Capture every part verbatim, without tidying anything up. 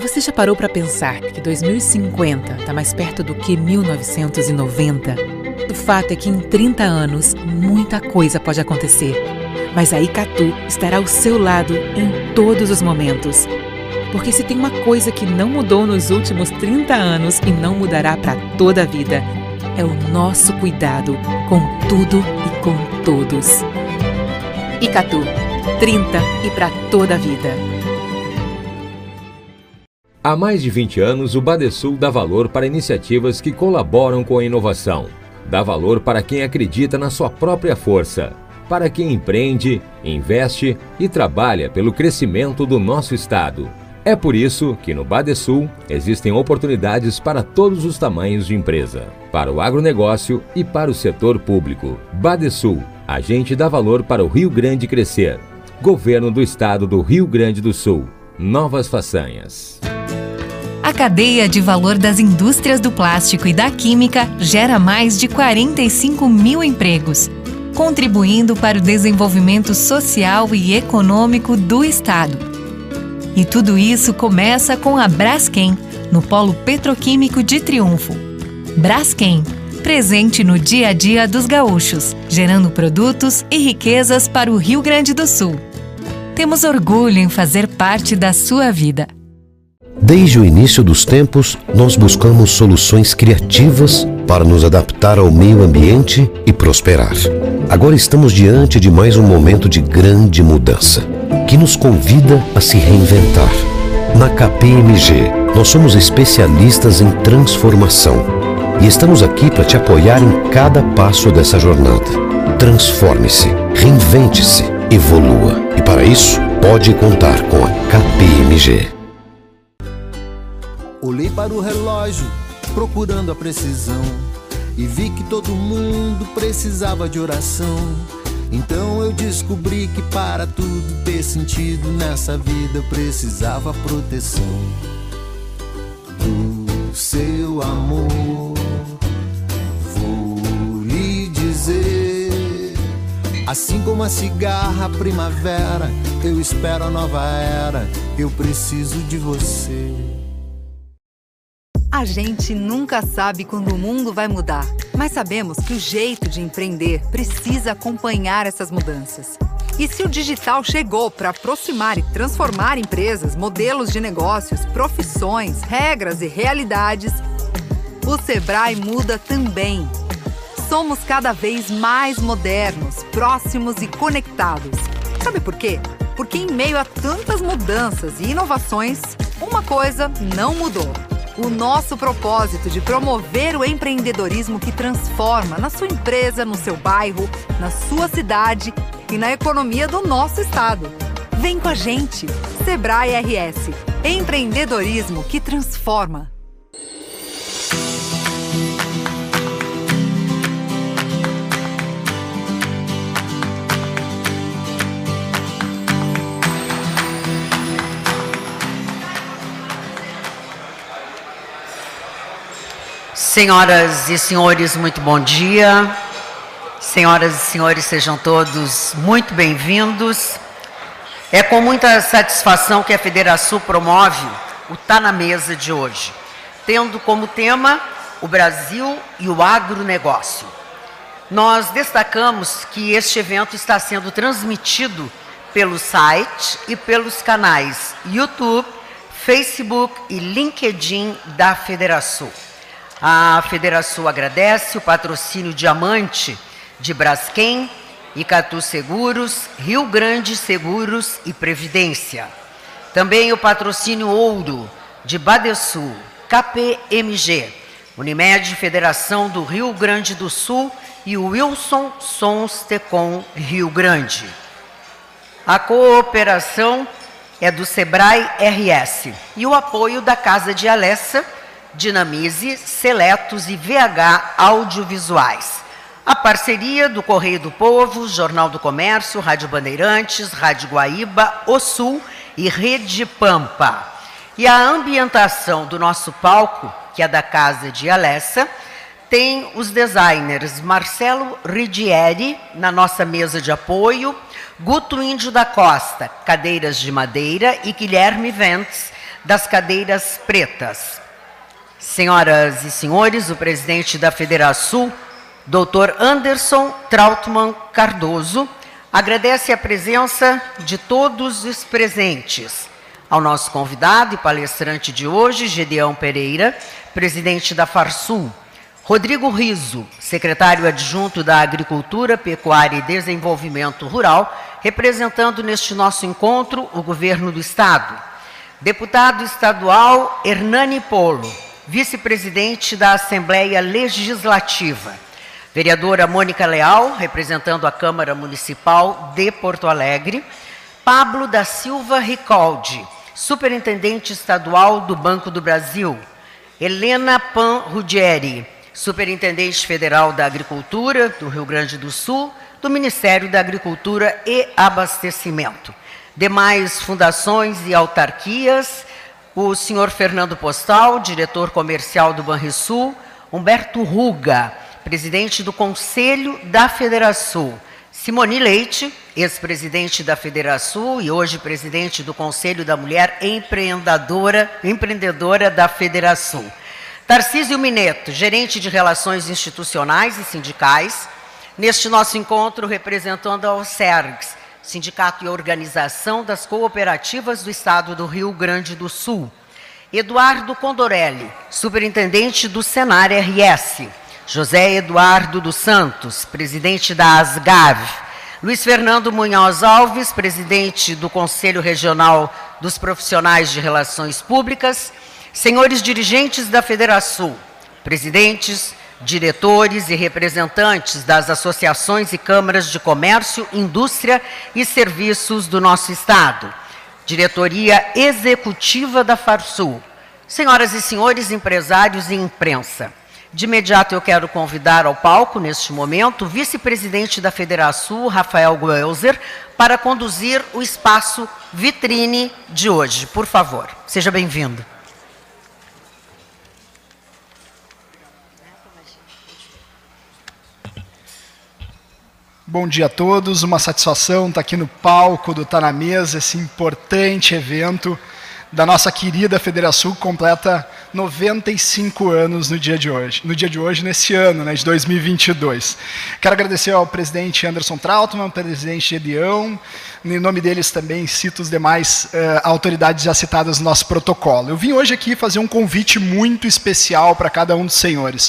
Você já parou para pensar que dois mil e cinquenta está mais perto do que mil novecentos e noventa? O fato é que em trinta anos, muita coisa pode acontecer. Mas a Icatu estará ao seu lado em todos os momentos. Porque se tem uma coisa que não mudou nos últimos trinta anos e não mudará para toda a vida, é o nosso cuidado com tudo e com todos. Icatu, trinta e para toda a vida. Há mais de vinte anos, o Badesul dá valor para iniciativas que colaboram com a inovação. Dá valor para quem acredita na sua própria força, para quem empreende, investe e trabalha pelo crescimento do nosso estado. É por isso que no Badesul existem oportunidades para todos os tamanhos de empresa, para o agronegócio e para o setor público. Badesul, a gente dá valor para o Rio Grande crescer. Governo do Estado do Rio Grande do Sul. Novas façanhas. A cadeia de valor das indústrias do plástico e da química gera mais de quarenta e cinco mil empregos, contribuindo para o desenvolvimento social e econômico do Estado. E tudo isso começa com a Braskem, no Polo Petroquímico de Triunfo. Braskem, presente no dia a dia dos gaúchos, gerando produtos e riquezas para o Rio Grande do Sul. Temos orgulho em fazer parte da sua vida. Desde o início dos tempos, nós buscamos soluções criativas para nos adaptar ao meio ambiente e prosperar. Agora estamos diante de mais um momento de grande mudança, que nos convida a se reinventar. Na K P M G, nós somos especialistas em transformação e estamos aqui para te apoiar em cada passo dessa jornada. Transforme-se, reinvente-se, evolua. E para isso, pode contar com a K P M G. Olhei para o relógio, procurando a precisão, e vi que todo mundo precisava de oração. Então eu descobri que para tudo ter sentido nessa vida eu precisava proteção do seu amor. Vou lhe dizer, assim como a cigarra primavera, eu espero a nova era, eu preciso de você. A gente nunca sabe quando o mundo vai mudar, mas sabemos que o jeito de empreender precisa acompanhar essas mudanças. E se o digital chegou para aproximar e transformar empresas, modelos de negócios, profissões, regras e realidades, o Sebrae muda também. Somos cada vez mais modernos, próximos e conectados. Sabe por quê? Porque em meio a tantas mudanças e inovações, uma coisa não mudou. O nosso propósito de promover o empreendedorismo que transforma na sua empresa, no seu bairro, na sua cidade e na economia do nosso estado. Vem com a gente! Sebrae R S. Empreendedorismo que transforma. Senhoras e senhores, muito bom dia. Senhoras e senhores, sejam todos muito bem-vindos. É com muita satisfação que a Federação promove o Tá na Mesa de hoje, tendo como tema o Brasil e o agronegócio. Nós destacamos que este evento está sendo transmitido pelo site e pelos canais YouTube, Facebook e LinkedIn da Federação. A Federação agradece o patrocínio diamante de Braskem, Icatu Seguros, Rio Grande Seguros e Previdência. Também o patrocínio ouro de Badesul, K P M G, Unimed Federação do Rio Grande do Sul e o Wilson Sons Tecom Rio Grande. A cooperação é do Sebrae R S e o apoio da Casa de Alessa, Dinamize, Seletos e V H Audiovisuais. A parceria do Correio do Povo, Jornal do Comércio, Rádio Bandeirantes, Rádio Guaíba, O Sul e Rede Pampa. E a ambientação do nosso palco, que é da Casa de Alessa, tem os designers Marcelo Ridieri, na nossa mesa de apoio, Guto Índio da Costa, cadeiras de madeira, e Guilherme Ventes, das cadeiras pretas. Senhoras e senhores, o presidente da Federação, doutor Anderson Trautmann Cardoso, agradece a presença de todos os presentes. Ao nosso convidado e palestrante de hoje, Gedeão Pereira, presidente da Farsul, Rodrigo Riso, secretário adjunto da Agricultura, Pecuária e Desenvolvimento Rural, representando neste nosso encontro o governo do Estado. Deputado estadual Hernani Polo, vice-presidente da Assembleia Legislativa. Vereadora Mônica Leal, representando a Câmara Municipal de Porto Alegre. Pablo da Silva Ricaldi, superintendente estadual do Banco do Brasil. Helena Pan Ruggeri, superintendente federal da Agricultura do Rio Grande do Sul, do Ministério da Agricultura e Abastecimento. Demais fundações e autarquias, o senhor Fernando Postal, diretor comercial do Banrisul, Humberto Ruga, presidente do Conselho da Federação, Simone Leite, ex-presidente da Federação e hoje presidente do Conselho da Mulher Empreendedora, Empreendedora da Federação. Tarcísio Mineto, gerente de Relações Institucionais e Sindicais, neste nosso encontro representando a OSERGS, Sindicato e Organização das Cooperativas do Estado do Rio Grande do Sul. Eduardo Condorelli, superintendente do Senar R S. José Eduardo dos Santos, presidente da ASGAV. Luiz Fernando Munhoz Alves, presidente do Conselho Regional dos Profissionais de Relações Públicas. Senhores dirigentes da Federação, presidentes, diretores e representantes das associações e câmaras de comércio, indústria e serviços do nosso Estado. Diretoria Executiva da Farsul. Senhoras e senhores empresários e imprensa. De imediato eu quero convidar ao palco, neste momento, o vice-presidente da Federação, Rafael Guelzer, para conduzir o espaço vitrine de hoje. Por favor, seja bem-vindo. Bom dia a todos, uma satisfação estar aqui no palco do Tá na Mesa, esse importante evento da nossa querida Federação, que completa noventa e cinco anos no dia de hoje, no dia de hoje, nesse ano, né, de dois mil e vinte e dois. Quero agradecer ao presidente Anderson Trautmann, presidente Gedeão, em nome deles também cito os demais uh, autoridades já citadas no nosso protocolo. Eu vim hoje aqui fazer um convite muito especial para cada um dos senhores.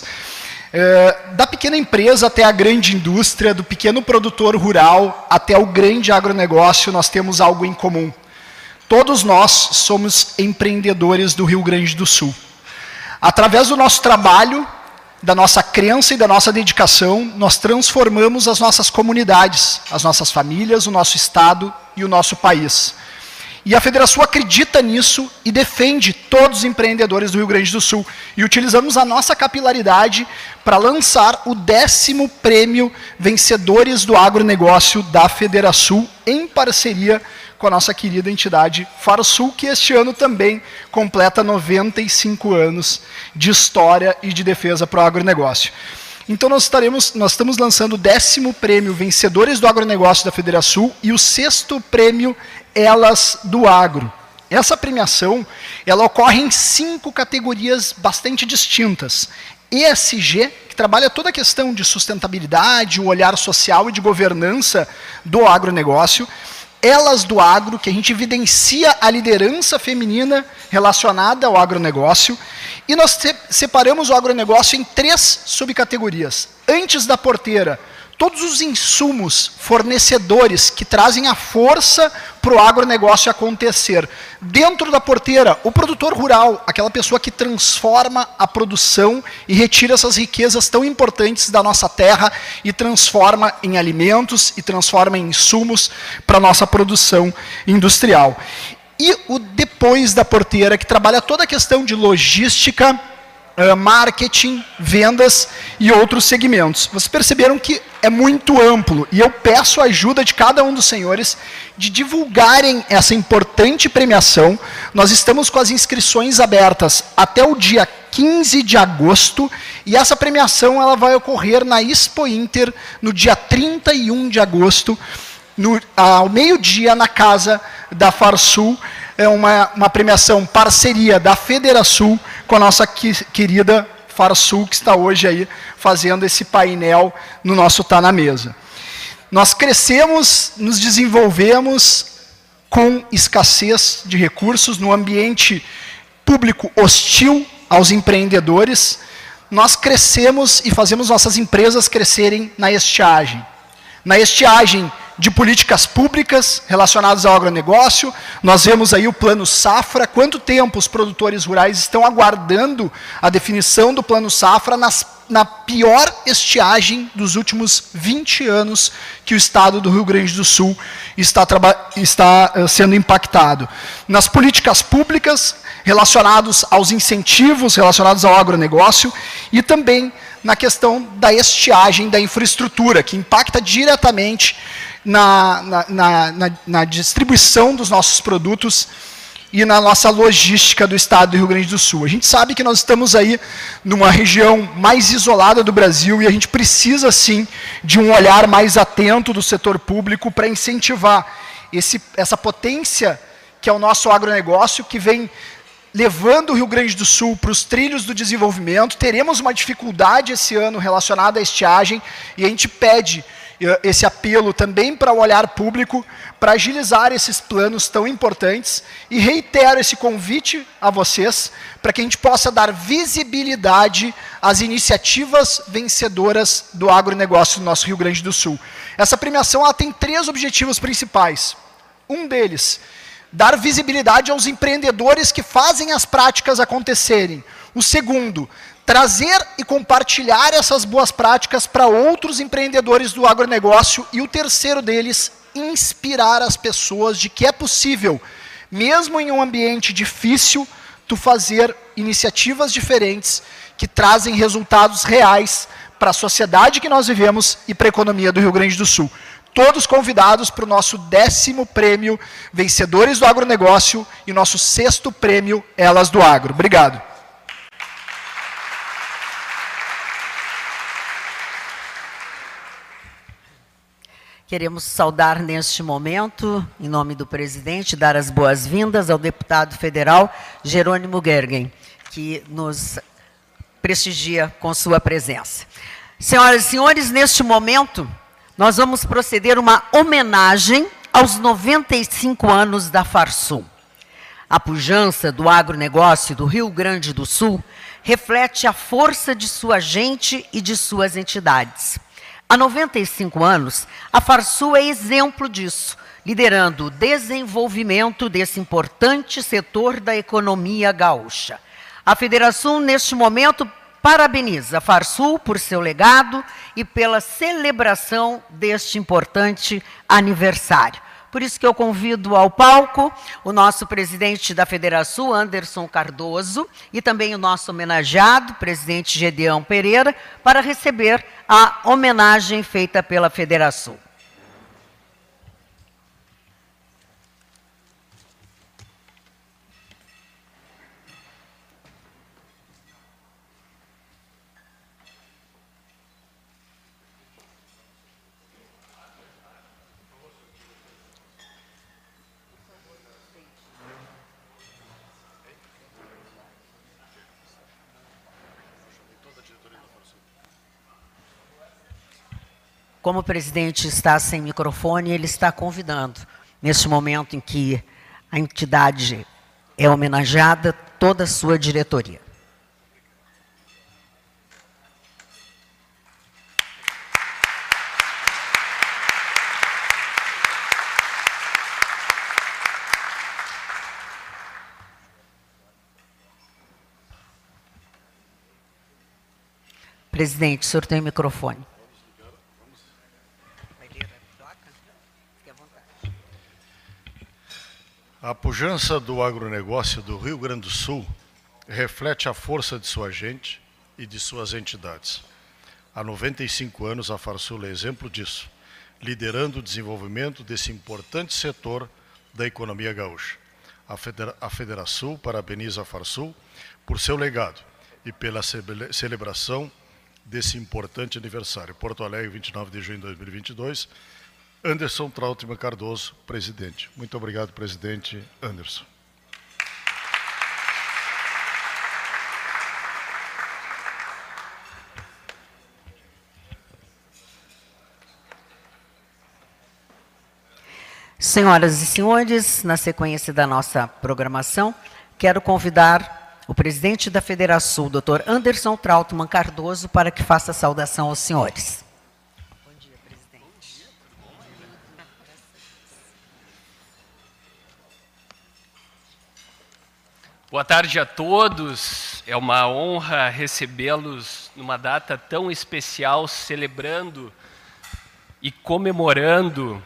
Uh, da pequena empresa até a grande indústria, do pequeno produtor rural até o grande agronegócio, nós temos algo em comum. Todos nós somos empreendedores do Rio Grande do Sul. Através do nosso trabalho, da nossa crença e da nossa dedicação, nós transformamos as nossas comunidades, as nossas famílias, o nosso estado e o nosso país. E a Federação acredita nisso e defende todos os empreendedores do Rio Grande do Sul. E utilizamos a nossa capilaridade para lançar o décimo prêmio Vencedores do Agronegócio da Federação, em parceria com a nossa querida entidade Farsul, que este ano também completa noventa e cinco anos de história e de defesa para o agronegócio. Então nós, estaremos, nós estamos lançando o décimo prêmio Vencedores do Agronegócio da Federação e o sexto prêmio Elas do Agro. Essa premiação ela ocorre em cinco categorias bastante distintas. E S G, que trabalha toda a questão de sustentabilidade, o olhar social e de governança do agronegócio. Elas do Agro, que a gente evidencia a liderança feminina relacionada ao agronegócio. E nós separamos o agronegócio em três subcategorias. Antes da porteira, todos os insumos, fornecedores que trazem a força para o agronegócio acontecer. Dentro da porteira, o produtor rural, aquela pessoa que transforma a produção e retira essas riquezas tão importantes da nossa terra e transforma em alimentos e transforma em insumos para a nossa produção industrial. E o depois da porteira, que trabalha toda a questão de logística, marketing, vendas e outros segmentos. Vocês perceberam que é muito amplo e eu peço a ajuda de cada um dos senhores de divulgarem essa importante premiação. Nós estamos com as inscrições abertas até o dia quinze de agosto e essa premiação ela vai ocorrer na Expo Inter no dia trinta e um de agosto, no, ao meio-dia, na casa da Farsul, é uma, uma premiação parceria da Federação com a nossa que, querida Farsul, que está hoje aí fazendo esse painel no nosso Tá na Mesa. Nós crescemos, nos desenvolvemos com escassez de recursos, no ambiente público hostil aos empreendedores. Nós crescemos e fazemos nossas empresas crescerem na estiagem. Na estiagem de políticas públicas relacionadas ao agronegócio. Nós vemos aí o Plano Safra. Quanto tempo os produtores rurais estão aguardando a definição do Plano Safra nas, na pior estiagem dos últimos vinte anos que o estado do Rio Grande do Sul está, está uh, sendo impactado. Nas políticas públicas relacionados aos incentivos, relacionados ao agronegócio e também na questão da estiagem da infraestrutura, que impacta diretamente na, na, na, na, na distribuição dos nossos produtos e na nossa logística do estado do Rio Grande do Sul. A gente sabe que nós estamos aí numa região mais isolada do Brasil e a gente precisa, sim, de um olhar mais atento do setor público para incentivar esse, essa potência que é o nosso agronegócio, que vem levando o Rio Grande do Sul para os trilhos do desenvolvimento. Teremos uma dificuldade esse ano relacionada à estiagem e a gente pede esse apelo também para o olhar público, para agilizar esses planos tão importantes, e reitero esse convite a vocês para que a gente possa dar visibilidade às iniciativas vencedoras do agronegócio do nosso Rio Grande do Sul. Essa premiação ela tem três objetivos principais. Um deles, dar visibilidade aos empreendedores que fazem as práticas acontecerem. O segundo, trazer e compartilhar essas boas práticas para outros empreendedores do agronegócio. E o terceiro deles, inspirar as pessoas de que é possível, mesmo em um ambiente difícil, tu fazer iniciativas diferentes que trazem resultados reais para a sociedade que nós vivemos e para a economia do Rio Grande do Sul. Todos convidados para o nosso décimo prêmio Vencedores do Agronegócio e o nosso sexto prêmio Elas do Agro. Obrigado. Queremos saudar neste momento, em nome do presidente, dar as boas-vindas ao deputado federal Jerônimo Gergen, que nos prestigia com sua presença. Senhoras e senhores, neste momento, nós vamos proceder uma homenagem aos noventa e cinco anos da Farsul. A pujança do agronegócio do Rio Grande do Sul reflete a força de sua gente e de suas entidades. Há noventa e cinco anos, a Farsul é exemplo disso, liderando o desenvolvimento desse importante setor da economia gaúcha. A Federação, neste momento, parabeniza a Farsul por seu legado e pela celebração deste importante aniversário. Por isso que eu convido ao palco o nosso presidente da Federação, Anderson Cardoso, e também o nosso homenageado, presidente Gedeão Pereira, para receber a homenagem feita pela Federação. Como o presidente está sem microfone, ele está convidando, neste momento em que a entidade é homenageada, toda a sua diretoria. Presidente, o senhor tem o microfone. A pujança do agronegócio do Rio Grande do Sul reflete a força de sua gente e de suas entidades. Há noventa e cinco anos, a Farsul é exemplo disso, liderando o desenvolvimento desse importante setor da economia gaúcha. A, Federa a Federação parabeniza a Farsul por seu legado e pela celebração desse importante aniversário. Porto Alegre, vinte e nove de junho de dois mil e vinte e dois, Anderson Trautmann Cardoso, presidente. Muito obrigado, presidente Anderson. Senhoras e senhores, na sequência da nossa programação, quero convidar o presidente da Federação, doutor Anderson Trautmann Cardoso, para que faça a saudação aos senhores. Bom dia, presidente. Boa tarde a todos. É uma honra recebê-los numa data tão especial, celebrando e comemorando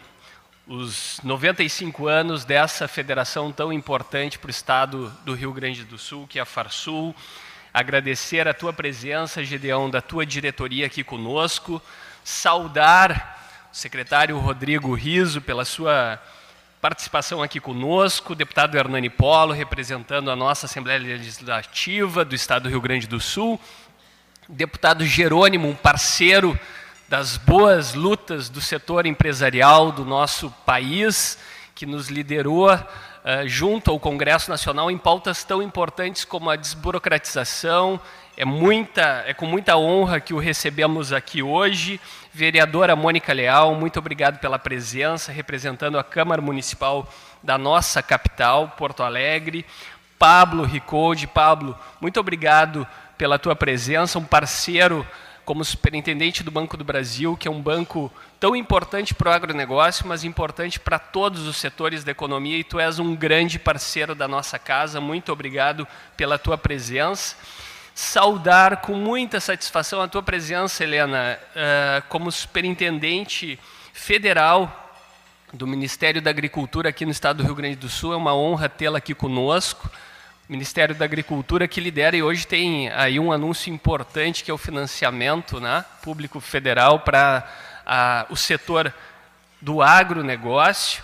os noventa e cinco anos dessa federação tão importante para o estado do Rio Grande do Sul, que é a Farsul. Agradecer a tua presença, Gedeão, da tua diretoria aqui conosco. Saudar o secretário Rodrigo Riso pela sua participação aqui conosco, o deputado Hernani Polo, representando a nossa Assembleia Legislativa do estado do Rio Grande do Sul. Deputado Jerônimo, um parceiro das boas lutas do setor empresarial do nosso país, que nos liderou uh, junto ao Congresso Nacional em pautas tão importantes como a desburocratização. É, muita, é com muita honra que o recebemos aqui hoje. Vereadora Mônica Leal, muito obrigado pela presença, representando a Câmara Municipal da nossa capital, Porto Alegre. Pablo Ricoldi, Pablo, muito obrigado pela tua presença, um parceiro como superintendente do Banco do Brasil, que é um banco tão importante para o agronegócio, mas importante para todos os setores da economia, e tu és um grande parceiro da nossa casa. Muito obrigado pela tua presença. Saudar com muita satisfação a tua presença, Helena, uh, como superintendente federal do Ministério da Agricultura aqui no estado do Rio Grande do Sul. É uma honra tê-la aqui conosco. Ministério da Agricultura, que lidera, e hoje tem aí um anúncio importante, que é o financiamento, né, público federal para o setor do agronegócio.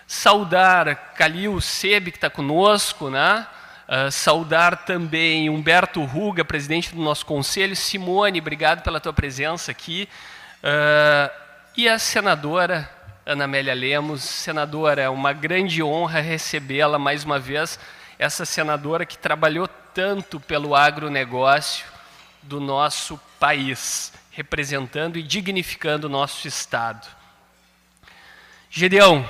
Saudar Calil Sebe, que está conosco, né? Uh, saudar também Humberto Ruga, presidente do nosso conselho. Simone, obrigado pela tua presença aqui. Uh, e a senadora Ana Amélia Lemos. Senadora, é uma grande honra recebê-la mais uma vez, essa senadora que trabalhou tanto pelo agronegócio do nosso país, representando e dignificando o nosso estado. Gedeão,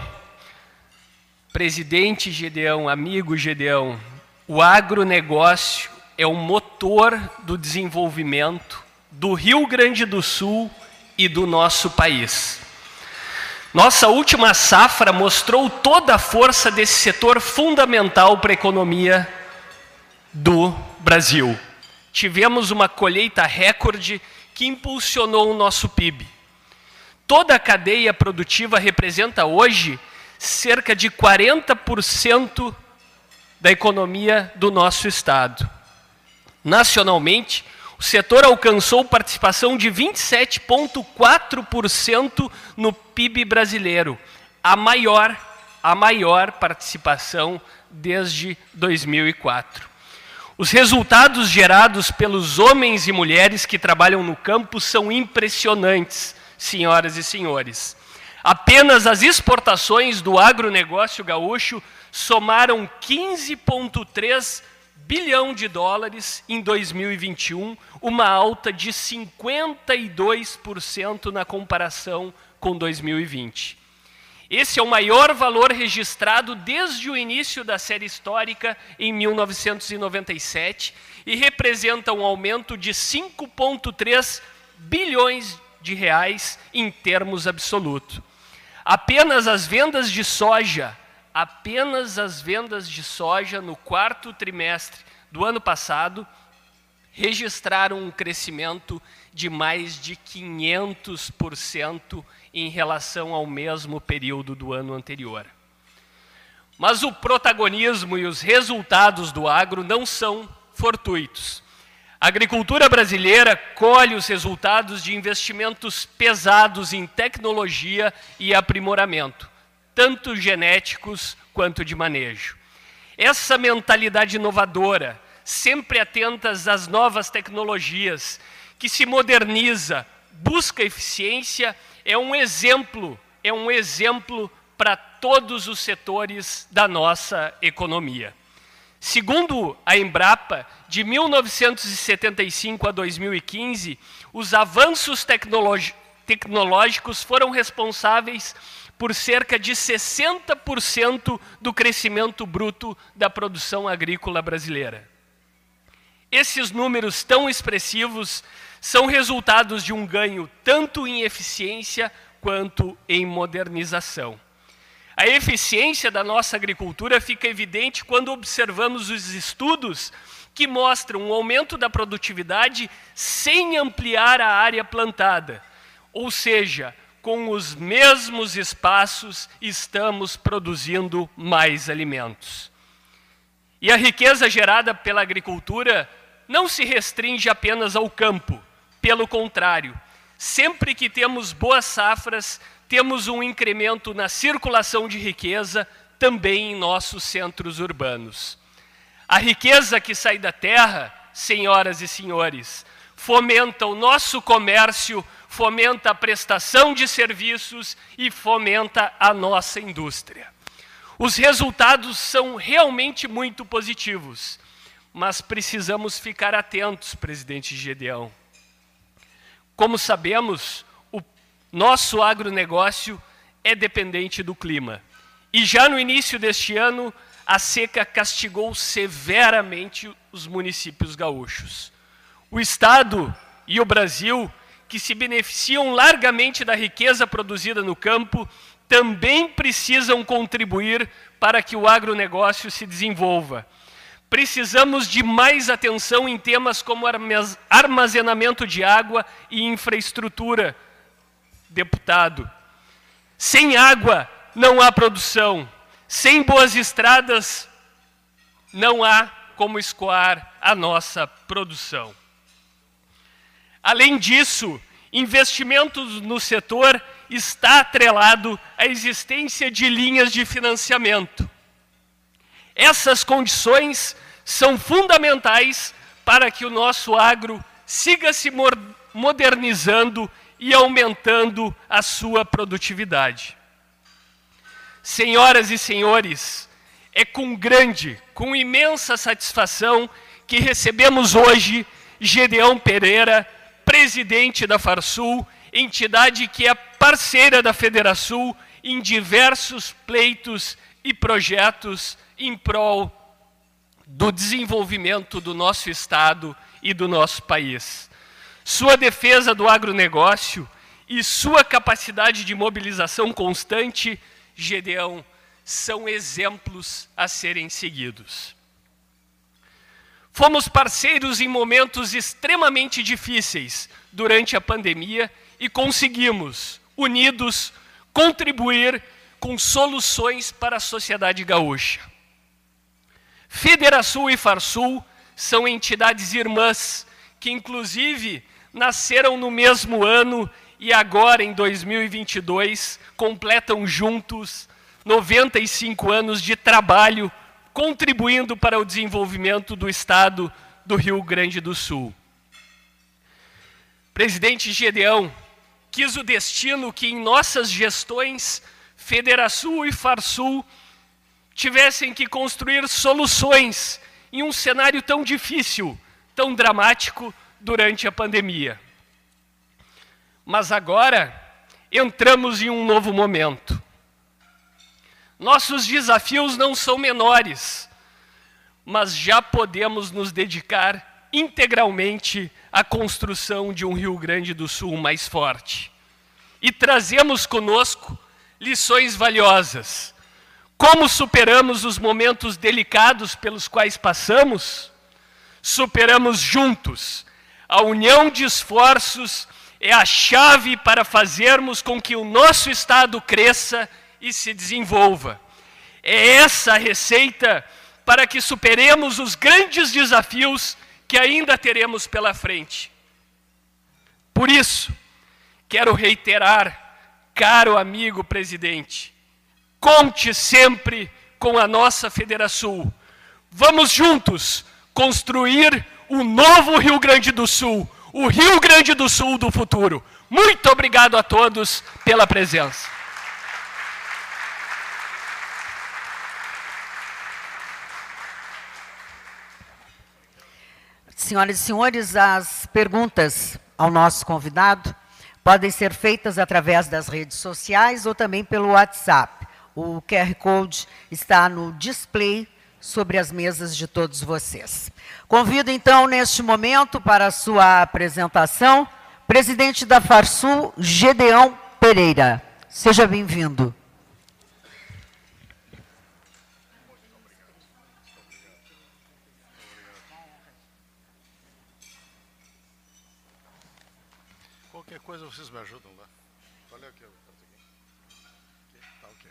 presidente Gedeão, amigo Gedeão, o agronegócio é o motor do desenvolvimento do Rio Grande do Sul e do nosso país. Nossa última safra mostrou toda a força desse setor fundamental para a economia do Brasil. Tivemos uma colheita recorde que impulsionou o nosso P I B. Toda a cadeia produtiva representa hoje cerca de quarenta por cento da economia do nosso estado. Nacionalmente, o setor alcançou participação de vinte e sete vírgula quatro por cento no P I B brasileiro, a maior, a maior participação desde dois mil e quatro. Os resultados gerados pelos homens e mulheres que trabalham no campo são impressionantes, senhoras e senhores. Apenas as exportações do agronegócio gaúcho somaram quinze vírgula três bilhão de dólares em dois mil e vinte e um, uma alta de cinquenta e dois por cento na comparação com dois mil e vinte. Esse é o maior valor registrado desde o início da série histórica em mil novecentos e noventa e sete e representa um aumento de cinco vírgula três bilhões de reais em termos absolutos. Apenas as vendas de soja Apenas as vendas de soja no quarto trimestre do ano passado registraram um crescimento de mais de quinhentos por cento em relação ao mesmo período do ano anterior. Mas o protagonismo e os resultados do agro não são fortuitos. A agricultura brasileira colhe os resultados de investimentos pesados em tecnologia e aprimoramento, tanto genéticos quanto de manejo. Essa mentalidade inovadora, sempre atentas às novas tecnologias, que se moderniza, busca eficiência, é um exemplo, é um exemplo para todos os setores da nossa economia. Segundo a Embrapa, de mil novecentos e setenta e cinco a dois mil e quinze, os avanços tecnológicos tecnológicos foram responsáveis por cerca de sessenta por cento do crescimento bruto da produção agrícola brasileira. Esses números tão expressivos são resultados de um ganho tanto em eficiência quanto em modernização. A eficiência da nossa agricultura fica evidente quando observamos os estudos que mostram um aumento da produtividade sem ampliar a área plantada, ou seja, com os mesmos espaços estamos produzindo mais alimentos. E a riqueza gerada pela agricultura não se restringe apenas ao campo, pelo contrário, sempre que temos boas safras, temos um incremento na circulação de riqueza também em nossos centros urbanos. A riqueza que sai da terra, senhoras e senhores, fomenta o nosso comércio, fomenta a prestação de serviços e fomenta a nossa indústria. Os resultados são realmente muito positivos, mas precisamos ficar atentos, presidente Gedeão. Como sabemos, o nosso agronegócio é dependente do clima. E já no início deste ano, a seca castigou severamente os municípios gaúchos. O Estado e o Brasil, que se beneficiam largamente da riqueza produzida no campo, também precisam contribuir para que o agronegócio se desenvolva. Precisamos de mais atenção em temas como armazenamento de água e infraestrutura, deputado. Sem água não há produção. Sem boas estradas não há como escoar a nossa produção. Além disso, investimentos no setor está atrelado à existência de linhas de financiamento. Essas condições são fundamentais para que o nosso agro siga se modernizando e aumentando a sua produtividade. Senhoras e senhores, é com grande, com imensa satisfação que recebemos hoje Gedeão Pereira, presidente da Farsul, entidade que é parceira da Federasul em diversos pleitos e projetos em prol do desenvolvimento do nosso Estado e do nosso país. Sua defesa do agronegócio e sua capacidade de mobilização constante, Gedeão, são exemplos a serem seguidos. Fomos parceiros em momentos extremamente difíceis durante a pandemia e conseguimos, unidos, contribuir com soluções para a sociedade gaúcha. Federasul e Farsul são entidades irmãs que, inclusive, nasceram no mesmo ano e agora, em dois mil e vinte e dois, completam juntos noventa e cinco anos de trabalho, contribuindo para o desenvolvimento do Estado do Rio Grande do Sul. Presidente Gedeão, quis o destino que em nossas gestões Federasul e Farsul tivessem que construir soluções em um cenário tão difícil, tão dramático durante a pandemia. Mas agora entramos em um novo momento. Nossos desafios não são menores, mas já podemos nos dedicar integralmente à construção de um Rio Grande do Sul mais forte. E trazemos conosco lições valiosas. Como superamos os momentos delicados pelos quais passamos? Superamos juntos. A união de esforços é a chave para fazermos com que o nosso Estado cresça e se desenvolva. É essa a receita para que superemos os grandes desafios que ainda teremos pela frente. Por isso, quero reiterar, caro amigo presidente, conte sempre com a nossa Federasul. Vamos juntos construir o novo Rio Grande do Sul, o Rio Grande do Sul do futuro. Muito obrigado a todos pela presença. Senhoras e senhores, as perguntas ao nosso convidado Podem ser feitas através das redes sociais ou também pelo WhatsApp. O Q R Code está no display sobre as mesas de todos vocês. Convido, então, neste momento, para a sua apresentação, presidente da Farsul, Gedeão Pereira. Seja bem-vindo. Qualquer coisa vocês me ajudam lá. Olha aqui. Tá ok.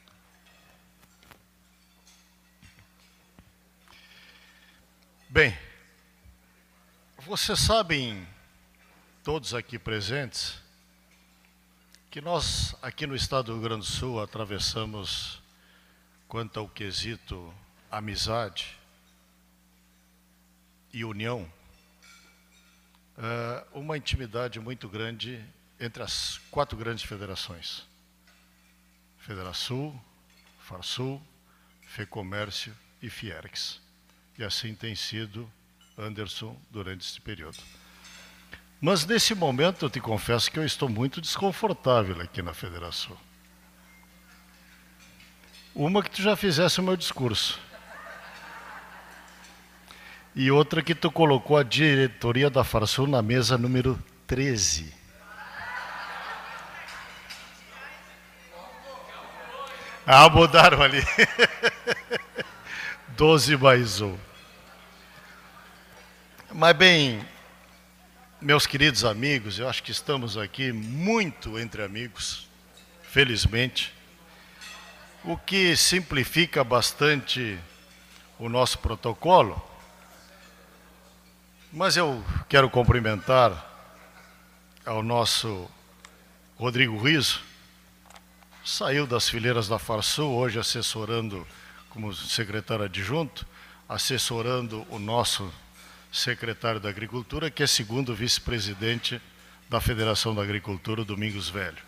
Bem, vocês sabem, todos aqui presentes, que nós, aqui no estado do Rio Grande do Sul, atravessamos, quanto ao quesito amizade e união, uma intimidade muito grande entre as quatro grandes federações. Federasul, Farsul, Fecomércio e Fiergs. E assim tem sido, Anderson, durante esse período. Mas nesse momento eu te confesso que eu estou muito desconfortável aqui na Federação. Uma que tu já fizesse o meu discurso. E outra que tu colocou a diretoria da Farsul na mesa número treze. Ah, mudaram ali. doze mais um. Mas bem, meus queridos amigos, eu acho que estamos aqui muito entre amigos, felizmente, o que simplifica bastante o nosso protocolo. Mas eu quero cumprimentar ao nosso Rodrigo Riso, saiu das fileiras da Farsul, hoje assessorando como secretário adjunto, assessorando o nosso secretário da Agricultura, que é segundo vice-presidente da Federação da Agricultura, Domingos Velho.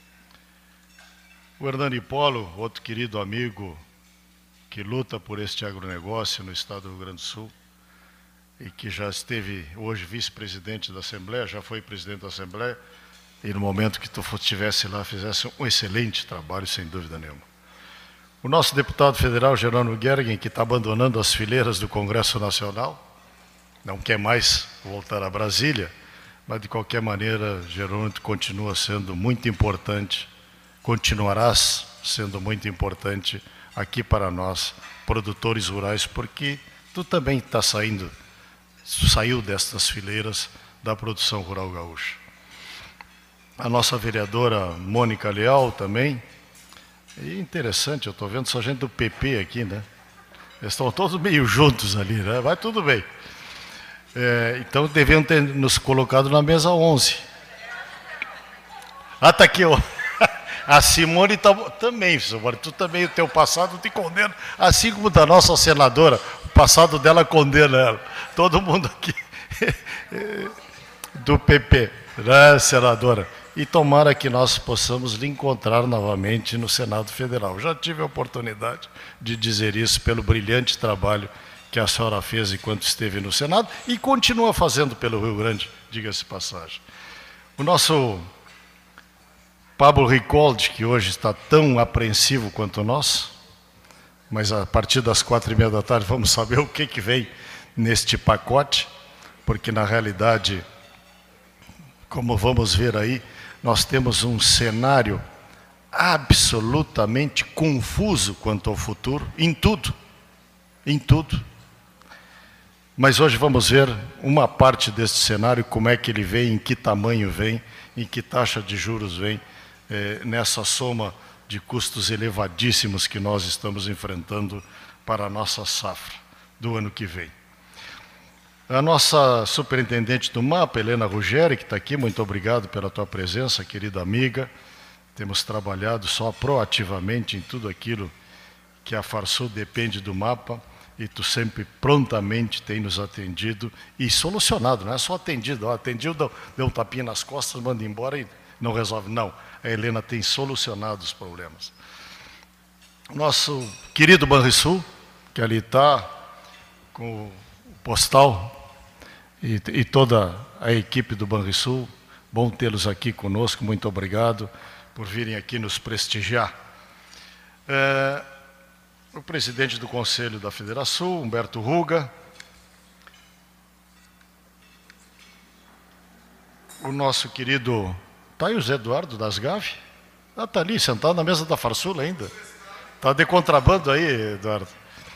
O Hernani Polo, outro querido amigo que luta por este agronegócio no estado do Rio Grande do Sul, e que já esteve hoje vice-presidente da Assembleia, já foi presidente da Assembleia, e no momento que tu estivesse lá, fizesse um excelente trabalho, sem dúvida nenhuma. O nosso deputado federal, Jerônimo Gergen, que está abandonando as fileiras do Congresso Nacional, não quer mais voltar a Brasília, mas de qualquer maneira, Jerônimo, continua sendo muito importante, continuarás sendo muito importante aqui para nós, produtores rurais, porque tu também está saindo, saiu destas fileiras da produção rural gaúcha. A nossa vereadora Mônica Leal também. E interessante, eu estou vendo só gente do P P aqui, né? Eles estão todos meio juntos ali, né? Mas tudo bem. É, então, deviam ter nos colocado na mesa onze. Ah, está aqui, ó. A Simone tá, também, Simone, tu também, o teu passado te condena, assim como da nossa senadora, o passado dela condena ela. Todo mundo aqui do P P, né, senadora? E tomara que nós possamos lhe encontrar novamente no Senado Federal. Já tive a oportunidade de dizer isso pelo brilhante trabalho que a senhora fez enquanto esteve no Senado e continua fazendo pelo Rio Grande, diga-se passagem. O nosso Pablo Ricoldi, que hoje está tão apreensivo quanto nós, mas a partir das quatro e meia da tarde vamos saber o que, que vem neste pacote, porque na realidade, como vamos ver aí, nós temos um cenário absolutamente confuso quanto ao futuro, em tudo, em tudo. Mas hoje vamos ver uma parte deste cenário, como é que ele vem, em que tamanho vem, em que taxa de juros vem, eh, nessa soma de custos elevadíssimos que nós estamos enfrentando para a nossa safra do ano que vem. A nossa superintendente do MAPA, Helena Ruggeri, que está aqui, muito obrigado pela tua presença, querida amiga. Temos trabalhado só proativamente em tudo aquilo que a Farsul depende do MAPA, e tu sempre prontamente tem nos atendido e solucionado, não é só atendido, ó, atendiu, deu, deu um tapinha nas costas, manda embora e não resolve. Não, a Helena tem solucionado os problemas. Nosso querido Banrisul, que ali está com o postal, e, e toda a equipe do Banrisul, Bom tê-los aqui conosco, muito obrigado por virem aqui nos prestigiar. É, o presidente do Conselho da Federação, Humberto Ruga, o nosso querido... Está aí o Zé Eduardo das Gave? Ah, está ali, sentado na mesa da Farsul ainda. Está de contrabando aí, Eduardo.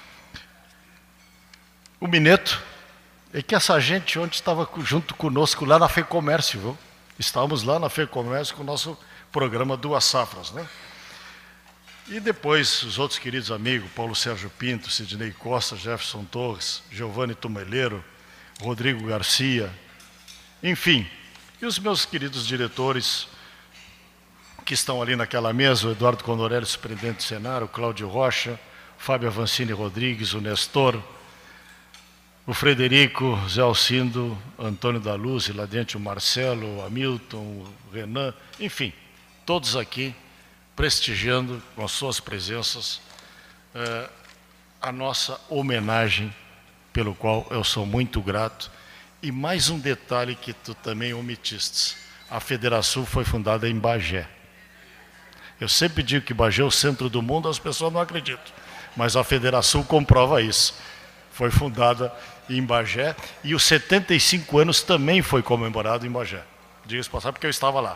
O Mineto, é que essa gente ontem estava junto conosco lá na FEComércio, viu? Estávamos lá na FEComércio com o nosso programa Duas Safras, né? E depois os outros queridos amigos, Paulo Sérgio Pinto, Sidney Costa, Jefferson Torres, Giovanni Tumeleiro, Rodrigo Garcia, enfim, e os meus queridos diretores que estão ali naquela mesa, o Eduardo Condorelli, superintendente do Senar, o Cláudio Rocha, Fábio Avancini Rodrigues, o Nestor, o Frederico, Zé Alcindo, Antônio da Luz, e lá dentro o Marcelo, o Hamilton, o Renan, enfim, todos aqui prestigiando com as suas presenças eh, a nossa homenagem, pelo qual eu sou muito grato. E mais um detalhe que tu também omitiste, a Federação foi fundada em Bagé. Eu sempre digo que Bagé é o centro do mundo, as pessoas não acreditam, mas a Federação comprova isso. Foi fundada em Bagé e os setenta e cinco anos também foi comemorado em Bagé. Diga-se passar porque eu estava lá.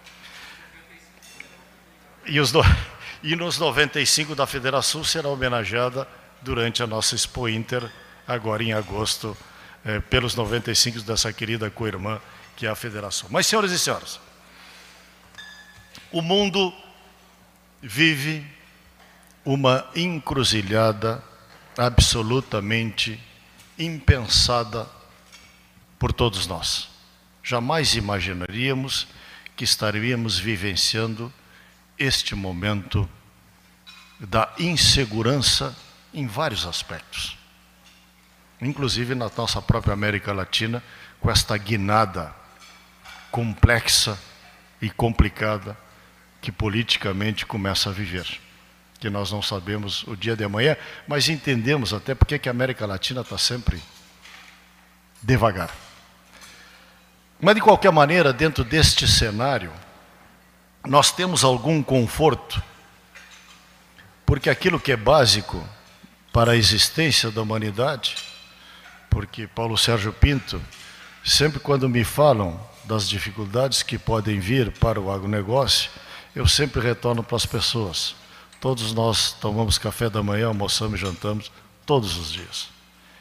E, os do... e nos noventa e cinco da Federação será homenageada durante a nossa Expo Inter, agora em agosto, eh, pelos noventa e cinco dessa querida co-irmã, que é a Federação. Mas, senhoras e senhores, o mundo vive uma encruzilhada absolutamente impensada por todos nós. Jamais imaginaríamos que estaríamos vivenciando este momento da insegurança em vários aspectos, inclusive na nossa própria América Latina, com esta guinada complexa e complicada que politicamente começa a viver, que nós não sabemos o dia de amanhã, mas entendemos até porque que a América Latina está sempre devagar. Mas, de qualquer maneira, dentro deste cenário, nós temos algum conforto, porque aquilo que é básico para a existência da humanidade, porque Paulo Sérgio Pinto, sempre quando me falam das dificuldades que podem vir para o agronegócio, eu sempre retorno para as pessoas. Todos nós tomamos café da manhã, almoçamos e jantamos todos os dias.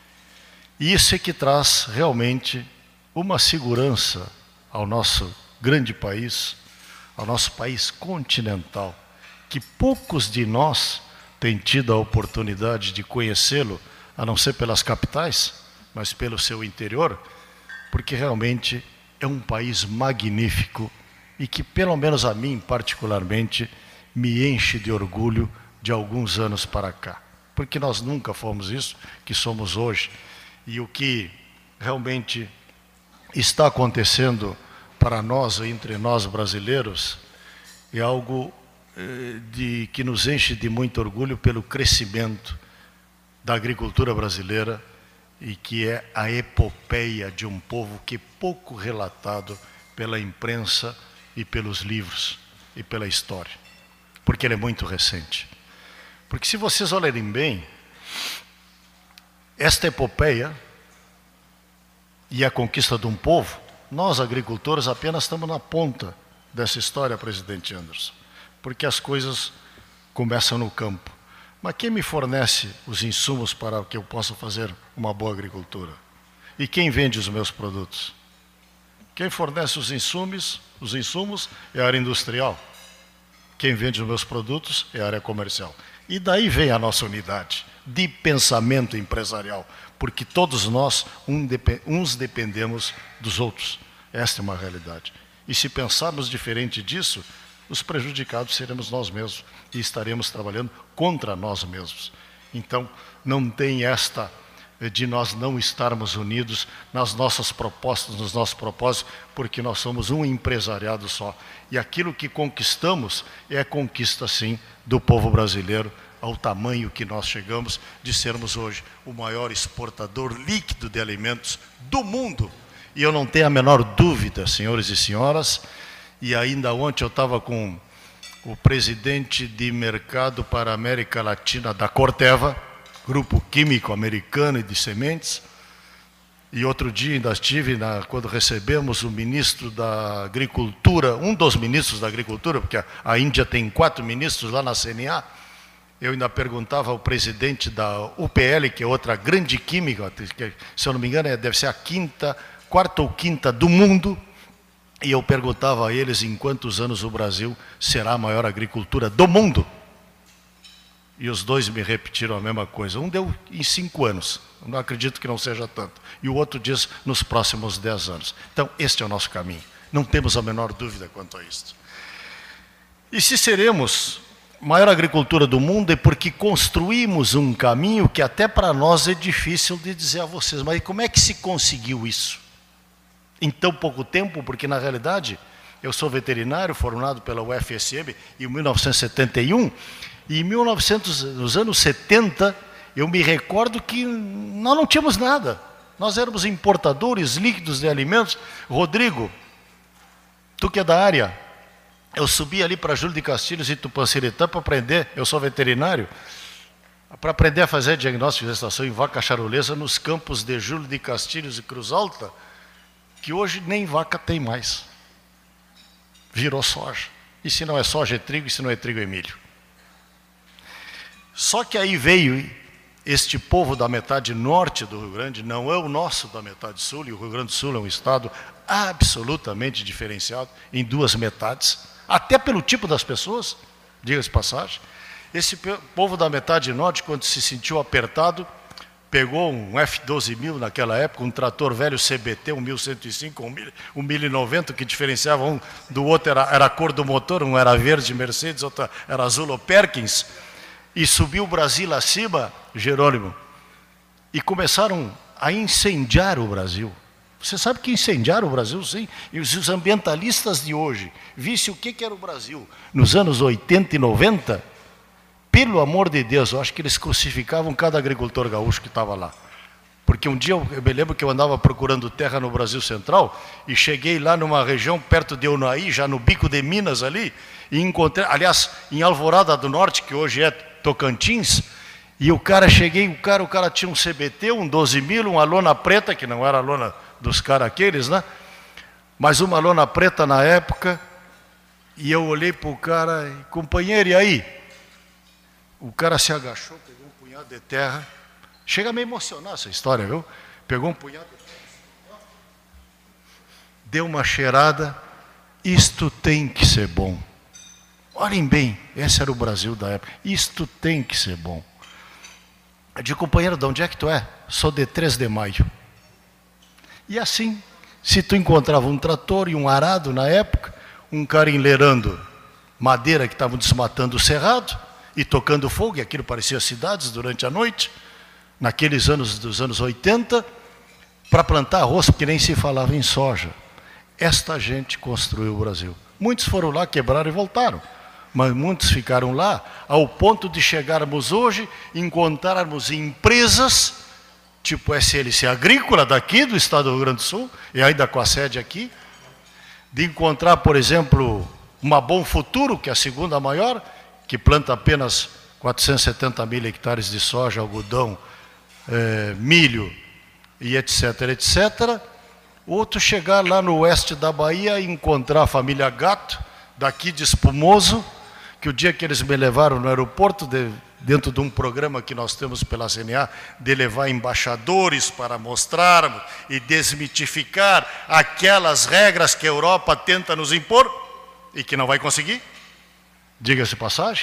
E isso é que traz realmente uma segurança ao nosso grande país, ao nosso país continental, que poucos de nós têm tido a oportunidade de conhecê-lo, a não ser pelas capitais, mas pelo seu interior, porque realmente é um país magnífico e que, pelo menos a mim particularmente, me enche de orgulho de alguns anos para cá. Porque nós nunca fomos isso que somos hoje. E o que realmente está acontecendo para nós, entre nós brasileiros, é algo eh, de, que nos enche de muito orgulho pelo crescimento da agricultura brasileira e que é a epopeia de um povo que é pouco relatado pela imprensa e pelos livros e pela história, porque ele é muito recente. Porque se vocês olharem bem, esta epopeia e a conquista de um povo, nós agricultores apenas estamos na ponta dessa história, presidente Anderson, porque as coisas começam no campo. Mas quem me fornece os insumos para que eu possa fazer uma boa agricultura? E quem vende os meus produtos? Quem fornece os insumos, os insumos é a área industrial. Quem vende os meus produtos é a área comercial. E daí vem a nossa unidade de pensamento empresarial, porque todos nós uns dependemos dos outros. Esta é uma realidade. E se pensarmos diferente disso, os prejudicados seremos nós mesmos e estaremos trabalhando contra nós mesmos. Então, não tem esta de nós não estarmos unidos nas nossas propostas, nos nossos propósitos, porque nós somos um empresariado só. E aquilo que conquistamos é a conquista, sim, do povo brasileiro, ao tamanho que nós chegamos de sermos hoje o maior exportador líquido de alimentos do mundo. E eu não tenho a menor dúvida, senhores e senhoras, e ainda ontem eu estava com o presidente de mercado para a América Latina da Corteva, grupo químico americano e de sementes, e outro dia ainda estive, na, quando recebemos o ministro da Agricultura, um dos ministros da Agricultura, porque a, a Índia tem quatro ministros lá na C N A, eu ainda perguntava ao presidente da U P L, que é outra grande química, que, se eu não me engano deve ser a quinta, quarta ou quinta do mundo, e eu perguntava a eles em quantos anos o Brasil será a maior agricultura do mundo. E os dois me repetiram a mesma coisa. Um deu em cinco anos, eu não acredito que não seja tanto. E o outro diz nos próximos dez anos. Então, este é o nosso caminho. Não temos a menor dúvida quanto a isso. E se seremos a maior agricultura do mundo é porque construímos um caminho que até para nós é difícil de dizer a vocês. Mas como é que se conseguiu isso? Em tão pouco tempo, porque na realidade eu sou veterinário formado pela U F S M em mil novecentos e setenta e um, e em mil e novecentos, nos anos setenta, eu me recordo que nós não tínhamos nada. Nós éramos importadores líquidos de alimentos. Rodrigo, tu que é da área, eu subi ali para Júlio de Castilhos e Tupanciretã para aprender, eu sou veterinário, para aprender a fazer diagnóstico de gestação em vaca charolesa nos campos de Júlio de Castilhos e Cruz Alta, que hoje nem vaca tem mais. Virou soja. E se não é soja, é trigo, e se não é trigo, é milho. Só que aí veio este povo da metade norte do Rio Grande, não é o nosso da metade sul, e o Rio Grande do Sul é um estado absolutamente diferenciado em duas metades, até pelo tipo das pessoas, diga-se passagem. Esse povo da metade norte, quando se sentiu apertado, pegou um F doze mil naquela época, um trator velho C B T, um mil cento e cinco, um mil e noventa, que diferenciava um do outro, era, era a cor do motor, um era verde Mercedes, outro era azul ou Perkins, e subiu o Brasil acima, Jerônimo, e começaram a incendiar o Brasil. Você sabe que incendiaram o Brasil, sim, e os ambientalistas de hoje, visse o que era o Brasil nos anos oitenta e noventa, pelo amor de Deus, eu acho que eles crucificavam cada agricultor gaúcho que estava lá. Porque um dia eu, eu me lembro que eu andava procurando terra no Brasil Central e cheguei lá numa região perto de Unaí, já no bico de Minas ali, e encontrei, aliás, em Alvorada do Norte, que hoje é Tocantins, e o cara, cheguei, o cara, o cara tinha um C B T, um doze mil, uma lona preta, que não era a lona dos caras aqueles, né? Mas uma lona preta na época, e eu olhei para o cara, companheiro, e aí? O cara se agachou, pegou um punhado de terra, chega a me emocionar essa história, viu? Pegou um punhado de terra, deu uma cheirada, isto tem que ser bom. Olhem bem, esse era o Brasil da época, isto tem que ser bom. Eu digo, companheiro, de onde é que tu é? Sou de três de maio. E assim, se tu encontrava um trator e um arado na época, um cara enleirando madeira que estavam desmatando o cerrado, e tocando fogo, e aquilo parecia cidades durante a noite, naqueles anos dos anos oitenta, para plantar arroz, porque nem se falava em soja. Esta gente construiu o Brasil. Muitos foram lá, quebraram e voltaram, mas muitos ficaram lá, ao ponto de chegarmos hoje, encontrarmos empresas, tipo S L C Agrícola, daqui do estado do Rio Grande do Sul, e ainda com a sede aqui, de encontrar, por exemplo, uma Bom Futuro, que é a segunda maior, que planta apenas quatrocentos e setenta mil hectares de soja, algodão, eh, milho e etc, etcétera. Outro chegar lá no oeste da Bahia e encontrar a família Gato, daqui de Espumoso, que o dia que eles me levaram no aeroporto, de, dentro de um programa que nós temos pela C N A, de levar embaixadores para mostrarmos e desmitificar aquelas regras que a Europa tenta nos impor e que não vai conseguir, diga-se passagem,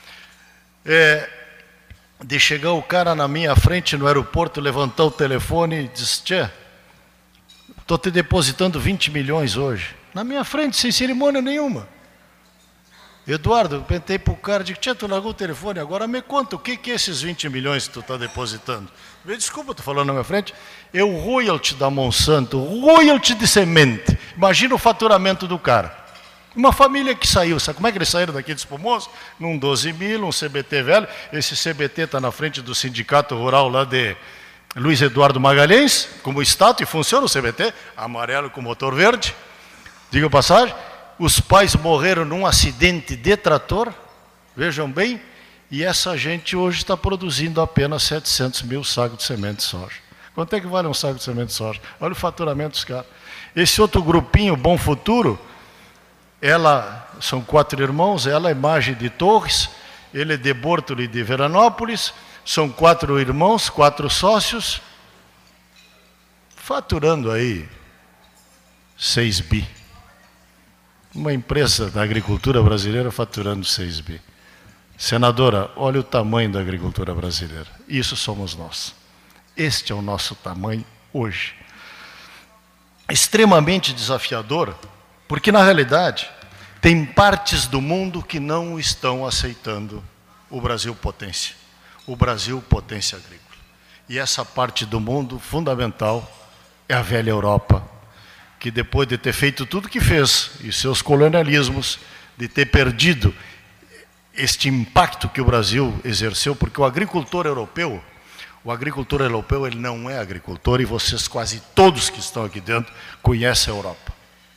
é, de chegar o cara na minha frente no aeroporto, levantar o telefone e dizer, tchê, estou te depositando vinte milhões hoje. Na minha frente, sem cerimônia nenhuma. Eduardo, eu pentei para o cara, digo, tchê, tu largou o telefone, agora me conta, o que, que é esses vinte milhões que tu está depositando? Eu, desculpa, estou falando na minha frente, é o royalty da Monsanto, royalty de semente. Imagina o faturamento do cara. Uma família que saiu, sabe como é que eles saíram daqui de Espumoso? Num doze mil, um C B T velho. Esse C B T está na frente do sindicato rural lá de, Luiz Eduardo Magalhães, como estátua, e funciona o C B T, amarelo com motor verde. Diga passagem, os pais morreram num acidente de trator, vejam bem, e essa gente hoje está produzindo apenas setecentos mil sacos de semente de soja. Quanto é que vale um saco de semente de soja? Olha o faturamento dos caras. Esse outro grupinho, Bom Futuro, ela, são quatro irmãos, ela é Magem de Torres, ele é de Bortoli de Veranópolis, são quatro irmãos, quatro sócios, faturando aí seis bi. Uma empresa da agricultura brasileira faturando seis bi. Senadora, olha o tamanho da agricultura brasileira. Isso somos nós. Este é o nosso tamanho hoje. Extremamente desafiador, porque na realidade tem partes do mundo que não estão aceitando o Brasil potência. O Brasil potência agrícola. E essa parte do mundo fundamental é a velha Europa, que depois de ter feito tudo que fez, e seus colonialismos, de ter perdido este impacto que o Brasil exerceu, porque o agricultor europeu, o agricultor europeu ele não é agricultor, e vocês quase todos que estão aqui dentro conhecem a Europa.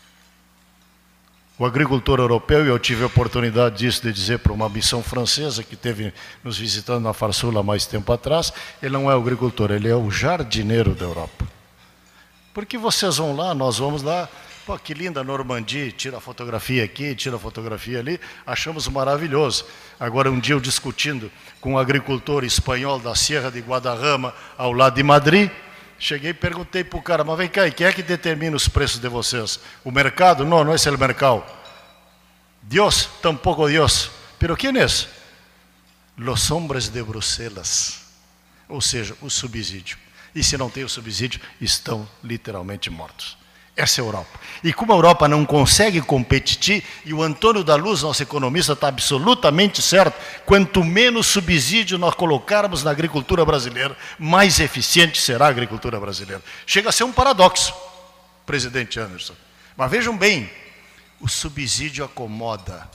O agricultor europeu, e eu tive a oportunidade disso de dizer para uma missão francesa que esteve nos visitando na Farsul há mais tempo atrás, ele não é o agricultor, ele é o jardineiro da Europa. Porque vocês vão lá, nós vamos lá, pô, que linda Normandia, tira a fotografia aqui, tira a fotografia ali, achamos maravilhoso. Agora um dia eu discutindo com um agricultor espanhol da Sierra de Guadarrama, ao lado de Madrid, cheguei e perguntei para o cara, mas vem cá, e quem é que determina os preços de vocês? O mercado? Não, não é o mercado. Deus, tampouco Deus. Pero quem é esse? Los hombres de Bruselas. Ou seja, o subsídio. E se não tem o subsídio, estão literalmente mortos. Essa é a Europa. E como a Europa não consegue competir, e o Antônio da Luz, nosso economista, está absolutamente certo, quanto menos subsídio nós colocarmos na agricultura brasileira, mais eficiente será a agricultura brasileira. Chega a ser um paradoxo, presidente Anderson. Mas vejam bem, o subsídio acomoda.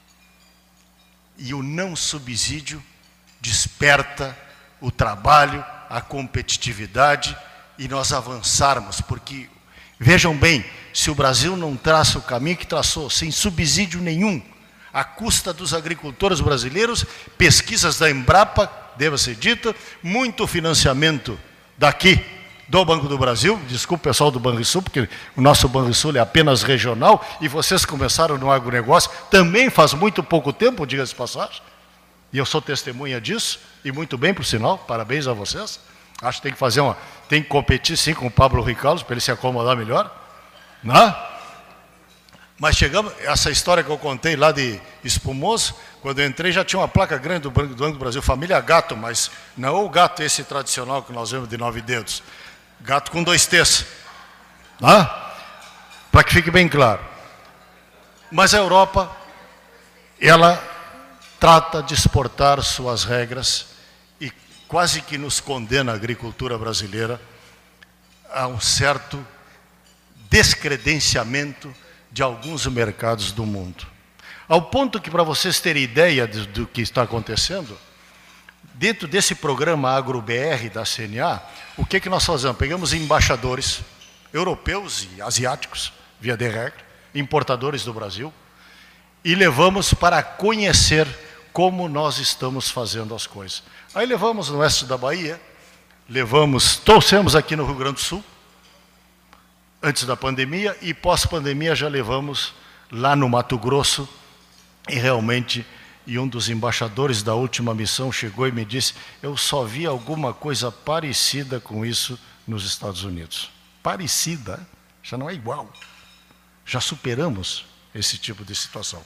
E o não subsídio desperta o trabalho, a competitividade, e nós avançarmos, porque... Vejam bem, se o Brasil não traça o caminho que traçou, sem subsídio nenhum, à custa dos agricultores brasileiros, pesquisas da Embrapa, deva ser dita, muito financiamento daqui, do Banco do Brasil, desculpe o pessoal do Banrisul, porque o nosso Banrisul é apenas regional, e vocês começaram no agronegócio, também faz muito pouco tempo, diga-se de passagem, e eu sou testemunha disso, e muito bem, por sinal, parabéns a vocês. Acho que tem que fazer uma... Tem que competir, sim, com o Pablo Ricaldo, para ele se acomodar melhor. Não? Mas chegamos... Essa história que eu contei lá de Espumoso, quando eu entrei já tinha uma placa grande do Banco do Brasil, família Gato, mas não o gato esse tradicional que nós vemos de nove dedos. Gato com dois T's. Não? Para que fique bem claro. Mas a Europa, ela trata de exportar suas regras e quase que nos condena a agricultura brasileira a um certo descredenciamento de alguns mercados do mundo. Ao ponto que, para vocês terem ideia do, do que está acontecendo, dentro desse programa AgroBR da C N A, o que, que nós fazemos? Pegamos embaixadores europeus e asiáticos, via de regra, importadores do Brasil, e levamos para conhecer como nós estamos fazendo as coisas. Aí levamos no oeste da Bahia, levamos, trouxemos aqui no Rio Grande do Sul, antes da pandemia, e pós-pandemia já levamos lá no Mato Grosso, e realmente, e um dos embaixadores da última missão chegou e me disse, eu só vi alguma coisa parecida com isso nos Estados Unidos. Parecida, já não é igual. Já superamos esse tipo de situação.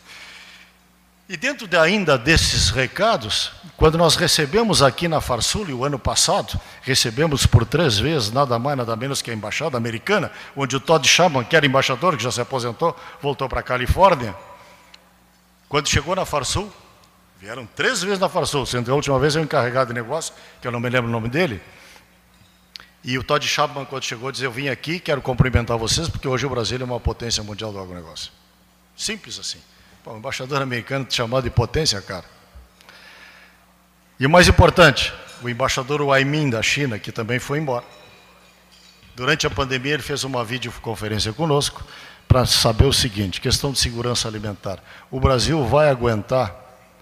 E dentro de, ainda desses recados, quando nós recebemos aqui na Farsul, o ano passado, recebemos por três vezes, nada mais, nada menos que a Embaixada Americana, onde o Todd Chapman, que era embaixador, que já se aposentou, voltou para a Califórnia. Quando chegou na Farsul, vieram três vezes na Farsul, sendo que a última vez eu encarregado de negócio, que eu não me lembro o nome dele, e o Todd Chapman, quando chegou, disse, eu vim aqui, quero cumprimentar vocês, porque hoje o Brasil é uma potência mundial do agronegócio. Simples assim. Pô, o embaixador americano te chamado de potência, cara. E o mais importante, o embaixador Wai Min da China, que também foi embora. Durante a pandemia ele fez uma videoconferência conosco para saber o seguinte, questão de segurança alimentar. O Brasil vai aguentar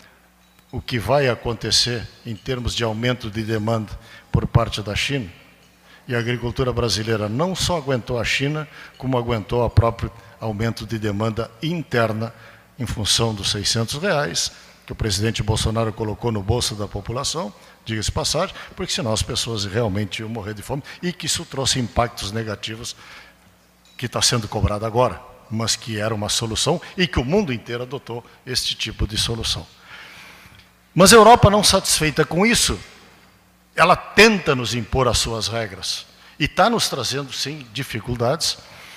o que vai acontecer em termos de aumento de demanda por parte da China? E a agricultura brasileira não só aguentou a China, como aguentou o próprio aumento de demanda interna em função dos seiscentos reais, que o presidente Bolsonaro colocou no bolso da população, diga-se passagem, porque senão as pessoas realmente iam morrer de fome, e que isso trouxe impactos negativos que está sendo cobrado agora, mas que era uma solução e que o mundo inteiro adotou este tipo de solução. Mas a Europa, não satisfeita com isso, ela tenta nos impor as suas regras e está nos trazendo, sim, dificuldades,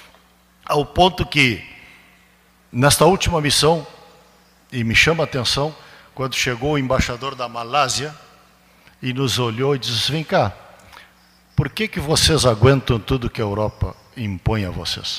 ao ponto que, nesta última missão, e me chama a atenção, quando chegou o embaixador da Malásia e nos olhou e disse, vem cá, por que que vocês aguentam tudo que a Europa impõe a vocês?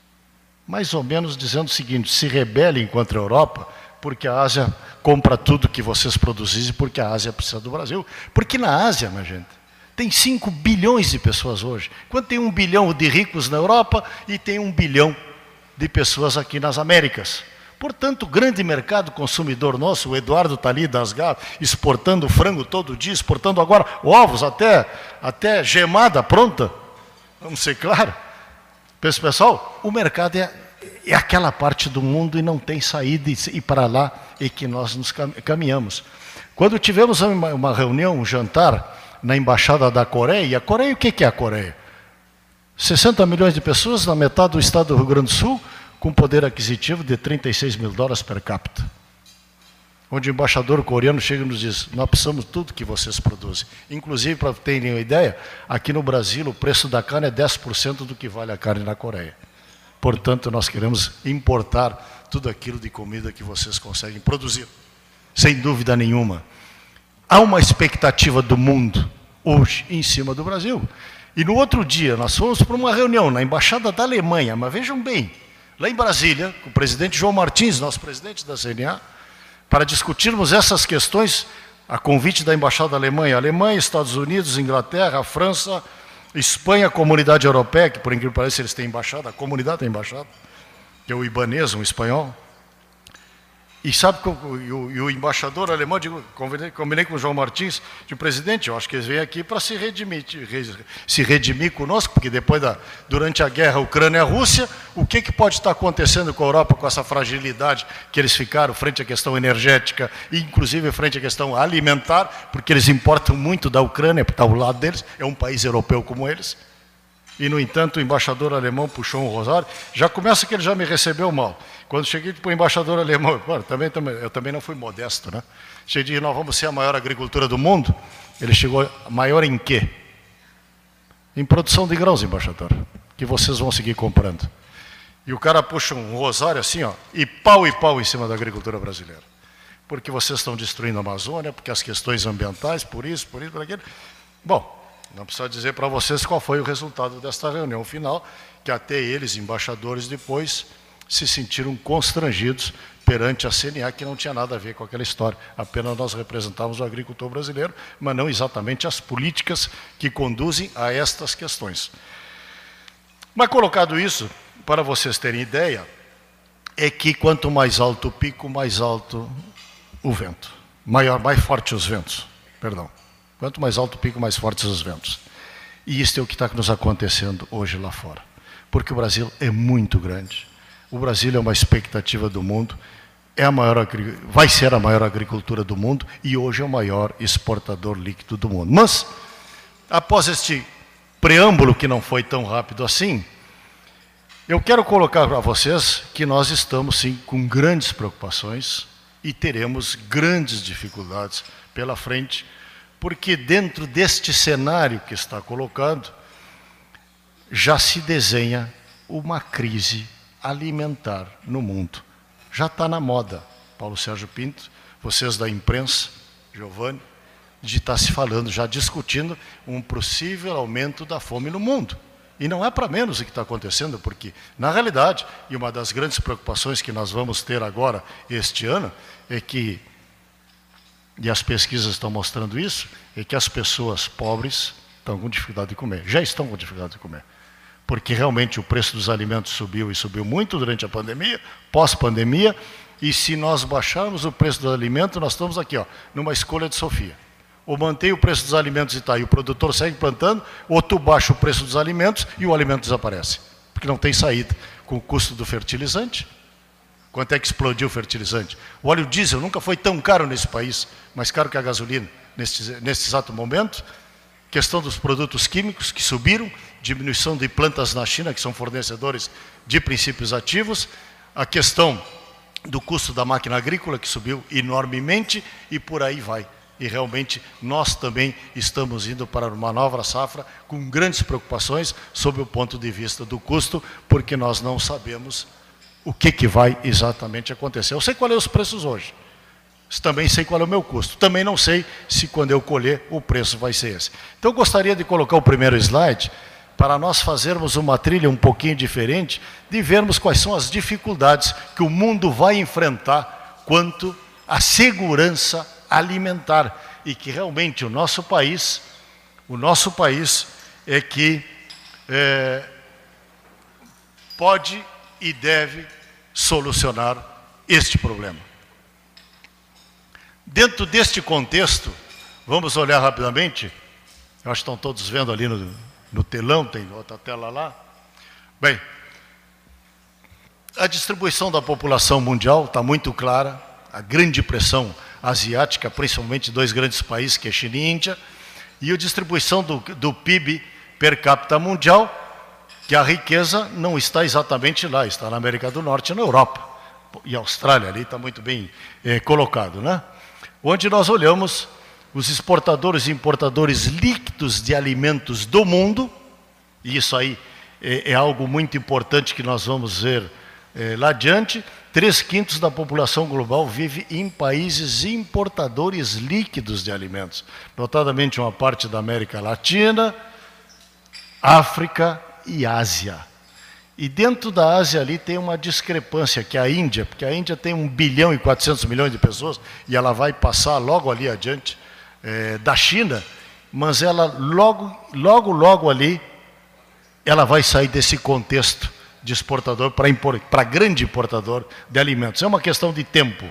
Mais ou menos dizendo o seguinte, se rebelem contra a Europa, porque a Ásia compra tudo que vocês produzissem, porque a Ásia precisa do Brasil. Porque na Ásia, minha gente, tem cinco bilhões de pessoas hoje, enquanto tem um bilhão de ricos na Europa e tem um bilhão de pessoas aqui nas Américas. Portanto, o grande mercado consumidor nosso, o Eduardo está ali das Garras, exportando frango todo dia, exportando agora ovos, até, até gemada pronta, vamos ser claros. Pessoal, o mercado é, é aquela parte do mundo e não tem saída, e para lá é que nós nos caminhamos. Quando tivemos uma, uma reunião, um jantar, na Embaixada da Coreia, e a Coreia, o que é a Coreia? sessenta milhões de pessoas, na metade do estado do Rio Grande do Sul, com poder aquisitivo de trinta e seis mil dólares per capita. Onde o embaixador coreano chega e nos diz, nós precisamos de tudo que vocês produzem. Inclusive, para terem uma ideia, aqui no Brasil o preço da carne é dez por cento do que vale a carne na Coreia. Portanto, nós queremos importar tudo aquilo de comida que vocês conseguem produzir. Sem dúvida nenhuma. Há uma expectativa do mundo hoje em cima do Brasil. E no outro dia nós fomos para uma reunião na Embaixada da Alemanha, mas vejam bem, lá em Brasília, com o presidente João Martins, nosso presidente da C N A, para discutirmos essas questões, a convite da Embaixada da Alemanha, Alemanha, Estados Unidos, Inglaterra, França, Espanha, Comunidade Europeia, que por incrível que pareça eles têm embaixada, a comunidade tem embaixada, que é o ibanês, um espanhol. E sabe que o, o, o embaixador alemão, digo, combinei, combinei com o João Martins, de presidente, eu acho que eles vêm aqui para se redimir, se redimir conosco, porque depois da, durante a guerra Ucrânia-Rússia, o que, que pode estar acontecendo com a Europa, com essa fragilidade que eles ficaram frente à questão energética, e inclusive frente à questão alimentar, porque eles importam muito da Ucrânia, porque está ao lado deles, é um país europeu como eles. E, no entanto, o embaixador alemão puxou um rosário, já começa que ele já me recebeu mal. Quando cheguei para o embaixador alemão, eu também, também, eu também não fui modesto, né? Cheguei e disse, nós vamos ser a maior agricultura do mundo. Ele chegou, maior em quê? Em produção de grãos, embaixador, que vocês vão seguir comprando. E o cara puxa um rosário assim, ó, e pau e pau em cima da agricultura brasileira. Porque vocês estão destruindo a Amazônia, porque as questões ambientais, por isso, por isso, por aquilo. Bom, não precisa dizer para vocês qual foi o resultado desta reunião final, que até eles, embaixadores, depois se sentiram constrangidos perante a C N A, que não tinha nada a ver com aquela história. Apenas nós representávamos o agricultor brasileiro, mas não exatamente as políticas que conduzem a estas questões. Mas colocado isso, para vocês terem ideia, é que quanto mais alto o pico, mais alto o vento. Maior, mais forte os ventos, perdão. Quanto mais alto o pico, mais fortes os ventos. E isso é o que está nos acontecendo hoje lá fora. Porque o Brasil é muito grande. O Brasil é uma expectativa do mundo, é a maior, vai ser a maior agricultura do mundo e hoje é o maior exportador líquido do mundo. Mas, após este preâmbulo que não foi tão rápido assim, eu quero colocar para vocês que nós estamos, sim, com grandes preocupações e teremos grandes dificuldades pela frente, porque dentro deste cenário que está colocado, já se desenha uma crise alimentar no mundo. Já está na moda, Paulo Sérgio Pinto, vocês da imprensa, Giovanni, de estar se falando, já discutindo um possível aumento da fome no mundo. E não é para menos o que está acontecendo, porque, na realidade, e uma das grandes preocupações que nós vamos ter agora, este ano, é que e as pesquisas estão mostrando isso, é que as pessoas pobres estão com dificuldade de comer, já estão com dificuldade de comer. Porque realmente o preço dos alimentos subiu e subiu muito durante a pandemia, pós-pandemia, e se nós baixarmos o preço dos alimentos, nós estamos aqui, ó, numa escolha de Sofia. Ou mantém o preço dos alimentos e está aí, o produtor segue plantando, ou tu baixa o preço dos alimentos e o alimento desaparece. Porque não tem saída. Com o custo do fertilizante, quanto é que explodiu o fertilizante? O óleo diesel nunca foi tão caro nesse país, mais caro que a gasolina, nesse, nesse exato momento. Questão dos produtos químicos que subiram, diminuição de plantas na China, que são fornecedores de princípios ativos, a questão do custo da máquina agrícola, que subiu enormemente, e por aí vai. E realmente nós também estamos indo para uma nova safra com grandes preocupações sob o ponto de vista do custo, porque nós não sabemos o que, que vai exatamente acontecer. Eu sei qual é os preços hoje, também sei qual é o meu custo, também não sei se quando eu colher o preço vai ser esse. Então eu gostaria de colocar o primeiro slide para nós fazermos uma trilha um pouquinho diferente, de vermos quais são as dificuldades que o mundo vai enfrentar quanto à segurança alimentar, e que realmente o nosso país, o nosso país é que é, pode e deve solucionar este problema. Dentro deste contexto, vamos olhar rapidamente, eu acho que estão todos vendo ali no, no telão, tem outra tela lá. Bem, a distribuição da população mundial está muito clara, a grande pressão asiática, principalmente dois grandes países, que é China e Índia, e a distribuição do, do P I B per capita mundial, que a riqueza não está exatamente lá, está na América do Norte e na Europa. E a Austrália ali está muito bem é, colocado, né? Onde nós olhamos os exportadores e importadores líquidos de alimentos do mundo, e isso aí é, é algo muito importante que nós vamos ver é, lá adiante. Três quintos da população global vive em países importadores líquidos de alimentos, notadamente uma parte da América Latina, África e Ásia. E dentro da Ásia ali tem uma discrepância, que é a Índia, porque a Índia tem um bilhão e quatrocentos milhões de pessoas, e ela vai passar logo ali adiante é, da China, mas ela logo, logo, logo ali, ela vai sair desse contexto de exportador para impor, para grande importador de alimentos. É uma questão de tempo.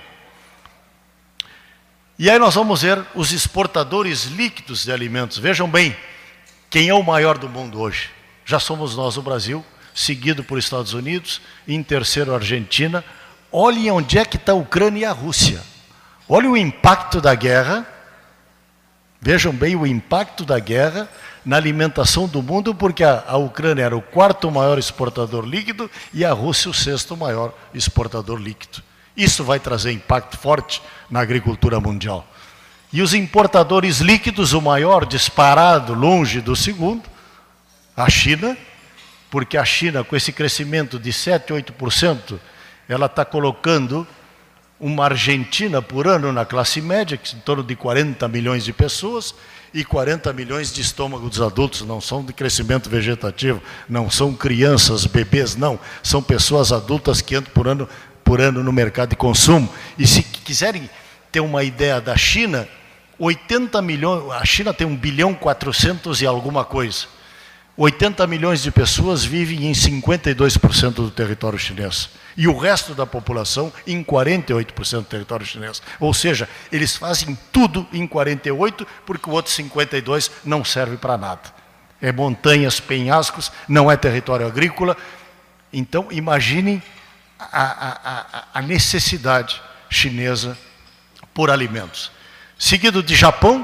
E aí nós vamos ver os exportadores líquidos de alimentos. Vejam bem, quem é o maior do mundo hoje? Já somos nós, o Brasil, seguido por Estados Unidos, em terceiro a Argentina. Olhem onde é que está a Ucrânia e a Rússia. Olhem o impacto da guerra. Vejam bem o impacto da guerra na alimentação do mundo, porque a, a Ucrânia era o quarto maior exportador líquido e a Rússia o sexto maior exportador líquido. Isso vai trazer impacto forte na agricultura mundial. E os importadores líquidos, o maior disparado, longe do segundo, a China, porque a China, com esse crescimento de sete, oito por cento, ela está colocando uma Argentina por ano na classe média, que é em torno de quarenta milhões de pessoas, e quarenta milhões de estômagos adultos, não são de crescimento vegetativo, não são crianças, bebês, não, são pessoas adultas que entram por ano, por ano no mercado de consumo. E se quiserem ter uma ideia da China, oitenta milhões, a China tem um bilhão quatrocentos e alguma coisa, oitenta milhões de pessoas vivem em cinquenta e dois por cento do território chinês. E o resto da população em quarenta e oito por cento do território chinês. Ou seja, eles fazem tudo em quarenta e oito por cento, porque o outro cinquenta e dois por cento não serve para nada. É montanhas, penhascos, não é território agrícola. Então, imaginem a, a, a necessidade chinesa por alimentos. Seguido de Japão,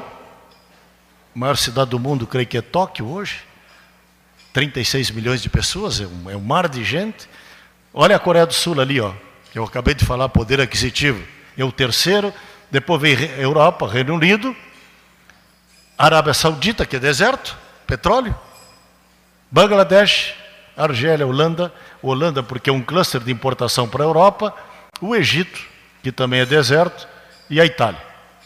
a maior cidade do mundo, creio que é Tóquio hoje, trinta e seis milhões de pessoas, é um, é um mar de gente. Olha a Coreia do Sul ali, ó, que eu acabei de falar, poder aquisitivo, é o terceiro. Depois vem Europa, Reino Unido, Arábia Saudita, que é deserto, petróleo, Bangladesh, Argélia, Holanda, Holanda porque é um cluster de importação para a Europa, o Egito, que também é deserto, e a Itália.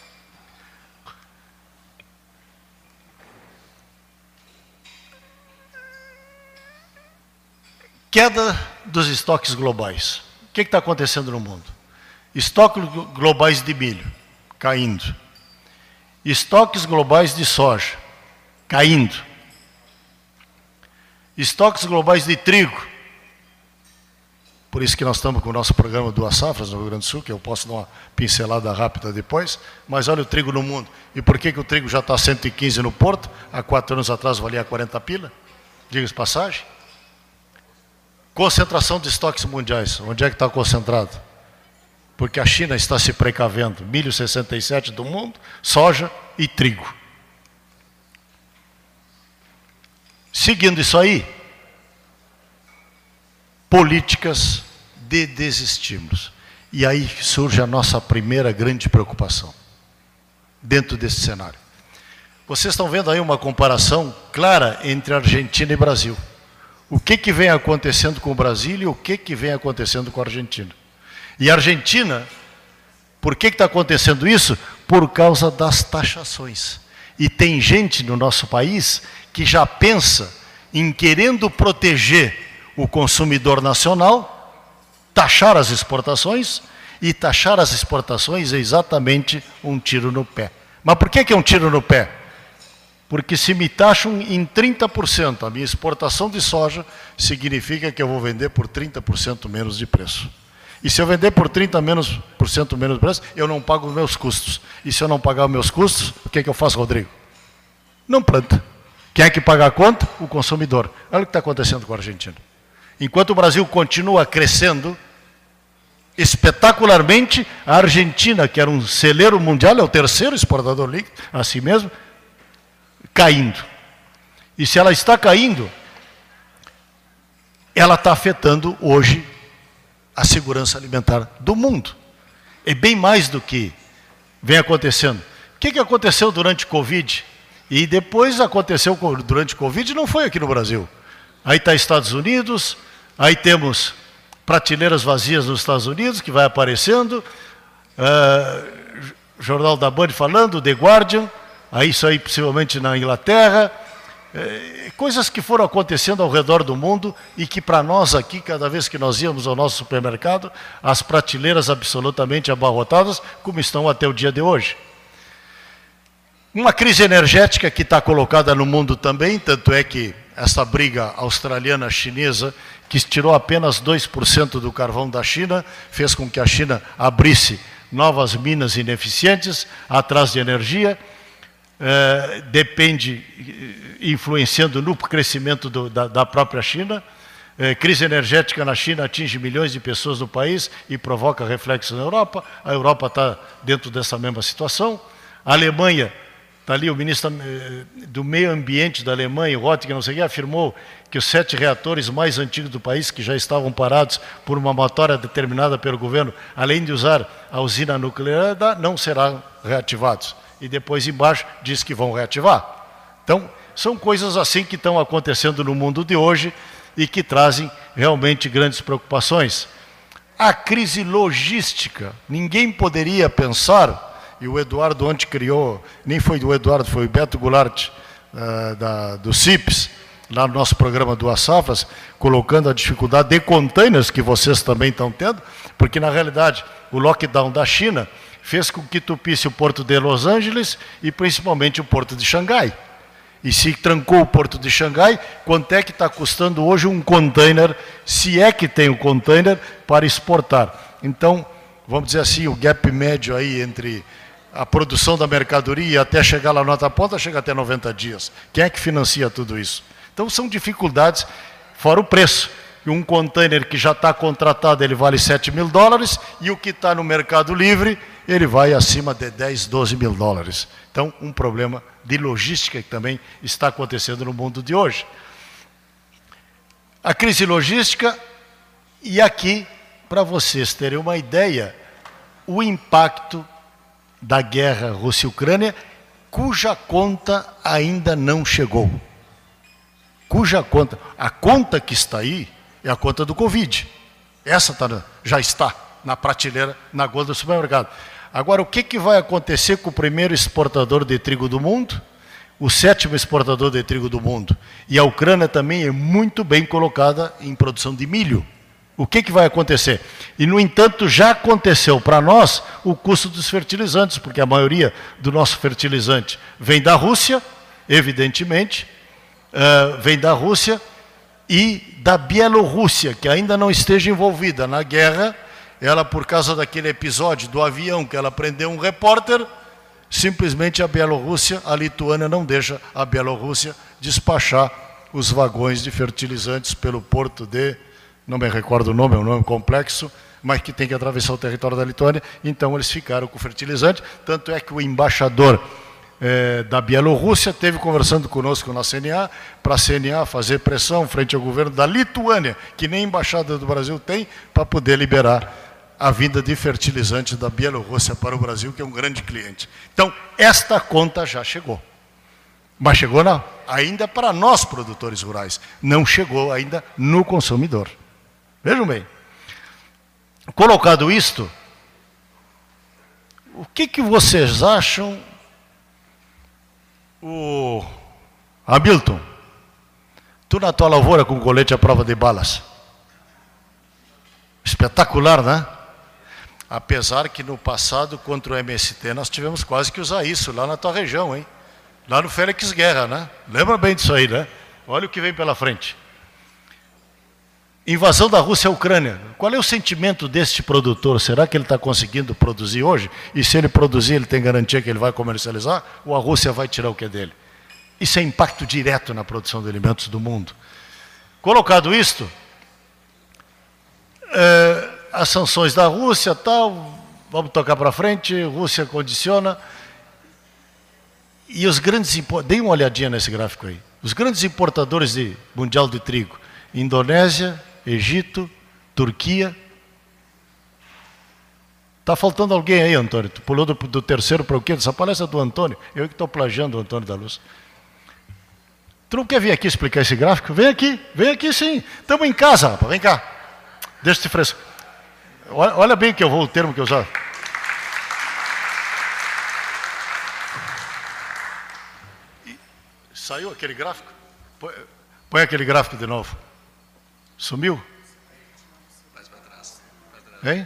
Queda dos estoques globais. O que está acontecendo no mundo? Estoques globais de milho caindo. Estoques globais de soja caindo. Estoques globais de trigo. Por isso que nós estamos com o nosso programa Duas Safras no Rio Grande do Sul, que eu posso dar uma pincelada rápida depois, mas olha o trigo no mundo. E por que, que o trigo já está a cento e quinze no Porto? Há quatro anos atrás valia quarenta pila. Diga-se passagem. Concentração de estoques mundiais. Onde é que está concentrado? Porque a China está se precavendo. Milho sessenta e sete do mundo, soja e trigo. Seguindo isso aí, políticas de desestímulos. E aí surge a nossa primeira grande preocupação, dentro desse cenário. Vocês estão vendo aí uma comparação clara entre Argentina e Brasil. O que, que vem acontecendo com o Brasil e o que, que vem acontecendo com a Argentina. E a Argentina, por que está acontecendo isso? Por causa das taxações. E tem gente no nosso país que já pensa em querendo proteger o consumidor nacional, taxar as exportações, e taxar as exportações é exatamente um tiro no pé. Mas por que, que é um tiro no pé? Porque se me taxam em trinta por cento a minha exportação de soja, significa que eu vou vender por trinta por cento menos de preço. E se eu vender por trinta por cento menos de preço, eu não pago os meus custos. E se eu não pagar os meus custos, o que, é que eu faço, Rodrigo? Não planta. Quem é que paga a conta? O consumidor. Olha o que está acontecendo com a Argentina. Enquanto o Brasil continua crescendo espetacularmente, a Argentina, que era um celeiro mundial, é o terceiro exportador líquido, assim mesmo, caindo. E se ela está caindo, ela está afetando hoje a segurança alimentar do mundo. É bem mais do que vem acontecendo. O que, que aconteceu durante o Covid? E depois aconteceu durante o Covid, não foi aqui no Brasil. Aí está Estados Unidos, aí temos prateleiras vazias nos Estados Unidos, que vai aparecendo, uh, Jornal da Band falando, The Guardian, aí isso aí possivelmente na Inglaterra, uh, coisas que foram acontecendo ao redor do mundo e que para nós aqui, cada vez que nós íamos ao nosso supermercado, as prateleiras absolutamente abarrotadas, como estão até o dia de hoje. Uma crise energética que está colocada no mundo também, tanto é que essa briga australiana-chinesa, que tirou apenas dois por cento do carvão da China, fez com que a China abrisse novas minas ineficientes atrás de energia, eh, depende, influenciando no crescimento do, da, da própria China. Eh, crise energética na China atinge milhões de pessoas no país e provoca reflexos na Europa. A Europa está dentro dessa mesma situação. A Alemanha, está ali o ministro do Meio Ambiente da Alemanha, o Rotting, não sei o que, afirmou que os sete reatores mais antigos do país, que já estavam parados por uma motória determinada pelo governo, além de usar a usina nuclear, não serão reativados. E depois embaixo diz que vão reativar. Então, são coisas assim que estão acontecendo no mundo de hoje e que trazem realmente grandes preocupações. A crise logística, ninguém poderia pensar. E o Eduardo ontem criou, nem foi do Eduardo, foi o Beto Goulart, uh, da, do C I P S, lá no nosso programa Duas Safras, colocando a dificuldade de containers que vocês também estão tendo, porque na realidade o lockdown da China fez com que tupisse o porto de Los Angeles e principalmente o porto de Xangai. E se trancou o porto de Xangai, quanto é que está custando hoje um container, se é que tem um container, para exportar? Então, vamos dizer assim, o gap médio aí entre a produção da mercadoria até chegar lá na outra ponta, chega até noventa dias. Quem é que financia tudo isso? Então são dificuldades, fora o preço. E um container que já está contratado, ele vale sete mil dólares, e o que está no Mercado Livre, ele vai acima de dez, doze mil dólares. Então, um problema de logística que também está acontecendo no mundo de hoje. A crise logística, e aqui, para vocês terem uma ideia, o impacto da guerra Rússia-Ucrânia, cuja conta ainda não chegou. Cuja conta, a conta que está aí é a conta do Covid. Essa tá, já está na prateleira, na gôndola do supermercado. Agora, o que, que vai acontecer com o primeiro exportador de trigo do mundo? O sétimo exportador de trigo do mundo. E a Ucrânia também é muito bem colocada em produção de milho. O que, que vai acontecer? E, no entanto, já aconteceu para nós o custo dos fertilizantes, porque a maioria do nosso fertilizante vem da Rússia, evidentemente, uh, vem da Rússia e da Bielorrússia, que ainda não esteja envolvida na guerra. Ela, por causa daquele episódio do avião que ela prendeu um repórter, simplesmente a Bielorrússia, a Lituânia não deixa a Bielorrússia despachar os vagões de fertilizantes pelo porto de... não me recordo o nome, é um nome complexo, mas que tem que atravessar o território da Lituânia. Então eles ficaram com o fertilizante, tanto é que o embaixador eh, da Bielorrússia teve conversando conosco na C N A, para a C N A fazer pressão frente ao governo da Lituânia, que nem embaixada do Brasil tem, para poder liberar a vinda de fertilizante da Bielorrússia para o Brasil, que é um grande cliente. Então, esta conta já chegou. Mas chegou na, ainda para nós, produtores rurais, não chegou ainda no consumidor. Vejam bem, colocado isto, o que, que vocês acham, o Hamilton, tu na tua lavoura com colete à prova de balas? Espetacular, né? Apesar que no passado, contra o M S T, nós tivemos quase que usar isso lá na tua região, hein? Lá no Félix Guerra, né? Lembra bem disso aí, né? Olha o que vem pela frente. Invasão da Rússia à Ucrânia. Qual é o sentimento deste produtor? Será que ele está conseguindo produzir hoje? E se ele produzir, ele tem garantia que ele vai comercializar? Ou a Rússia vai tirar o que é dele? Isso é impacto direto na produção de alimentos do mundo. Colocado isto, é, as sanções da Rússia, tal, vamos tocar para frente, Rússia condiciona. E os grandes, deem uma olhadinha nesse gráfico aí. Os grandes importadores de mundial de trigo, Indonésia, Egito, Turquia. Está faltando alguém aí, Antônio? Tu pulou do, do terceiro para o quê? Essa palestra é do Antônio. Eu que estou plagiando o Antônio da Luz. Tu não quer vir aqui explicar esse gráfico? Vem aqui, vem aqui sim. Estamos em casa, rapaz, vem cá. Deixa eu te fresco. Olha, olha bem que eu vou, o termo que eu usar. Saiu aquele gráfico? Põe, põe aquele gráfico de novo. Sumiu? Mais para trás. Hein?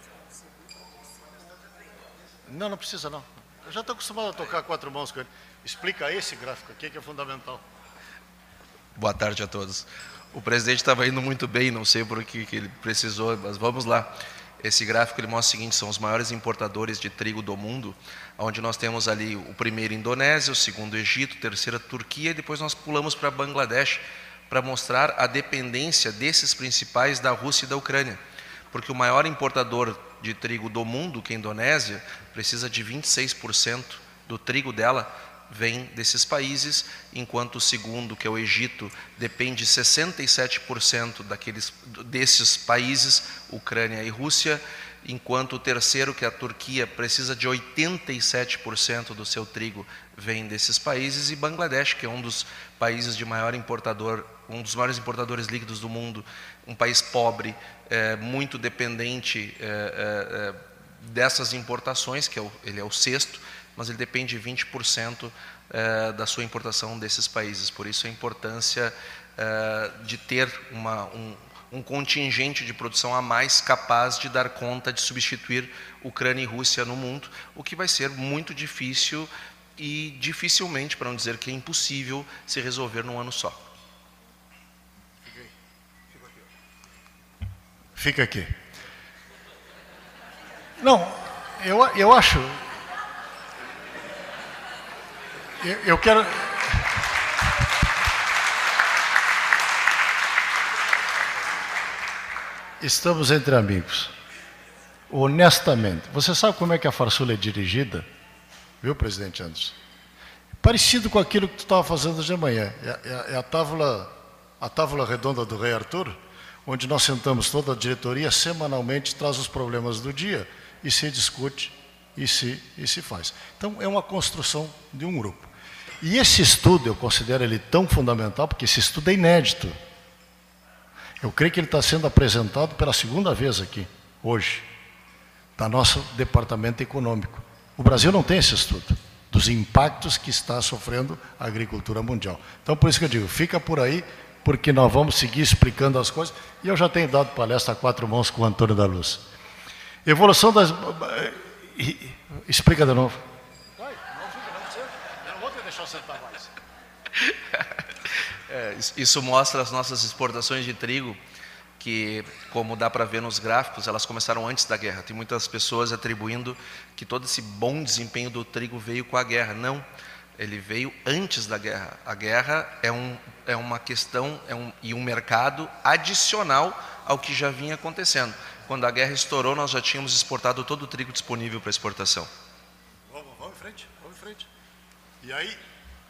Não, não precisa não. Eu já estou acostumado a tocar quatro mãos com ele. Explica esse gráfico aqui que é fundamental. Boa tarde a todos. O presidente estava indo muito bem, não sei por que ele precisou, mas vamos lá. Esse gráfico ele mostra o seguinte, são os maiores importadores de trigo do mundo, onde nós temos ali o primeiro Indonésia, o segundo Egito, o terceiro Turquia, e depois nós pulamos para Bangladesh, para mostrar a dependência desses principais da Rússia e da Ucrânia. Porque o maior importador de trigo do mundo, que é a Indonésia, precisa de vinte e seis por cento do trigo dela, vem desses países, enquanto o segundo, que é o Egito, depende de sessenta e sete por cento daqueles, desses países, Ucrânia e Rússia, enquanto o terceiro, que é a Turquia, precisa de oitenta e sete por cento do seu trigo vem desses países, e Bangladesh, que é um dos países de maior importador, um dos maiores importadores líquidos do mundo, um país pobre, é, muito dependente é, é, dessas importações, que é o, ele é o sexto, mas ele depende de vinte por cento eh, da sua importação desses países. Por isso a importância eh, de ter uma, um, um contingente de produção a mais capaz de dar conta de substituir Ucrânia e Rússia no mundo, o que vai ser muito difícil e dificilmente, para não dizer que é impossível, se resolver num ano só. Fica aqui. Não, eu, eu acho... Eu, eu quero... Estamos entre amigos. Honestamente, você sabe como é que a Farsul é dirigida? Viu, presidente Anderson? Parecido com aquilo que tu estava fazendo de manhã. É, é, é a tábua, a tábua redonda do Rei Arthur, onde nós sentamos toda a diretoria, semanalmente traz os problemas do dia e se discute e se, e se faz. Então, é uma construção de um grupo. E esse estudo, eu considero ele tão fundamental, porque esse estudo é inédito. Eu creio que ele está sendo apresentado pela segunda vez aqui, hoje, da nosso departamento econômico. O Brasil não tem esse estudo dos impactos que está sofrendo a agricultura mundial. Então, por isso que eu digo, fica por aí, porque nós vamos seguir explicando as coisas, e eu já tenho dado palestra a quatro mãos com o Antônio da Luz. Evolução das... Explica de novo. Vai, não fica, não precisa. Eu não vou te deixar sentar mais. É, isso mostra as nossas exportações de trigo, que, como dá para ver nos gráficos, elas começaram antes da guerra. Tem muitas pessoas atribuindo que todo esse bom desempenho do trigo veio com a guerra. Não, ele veio antes da guerra. A guerra é, um, é uma questão é um, e um mercado adicional ao que já vinha acontecendo. Quando a guerra estourou, nós já tínhamos exportado todo o trigo disponível para exportação. Vamos, vamos em frente, vamos em frente. E aí...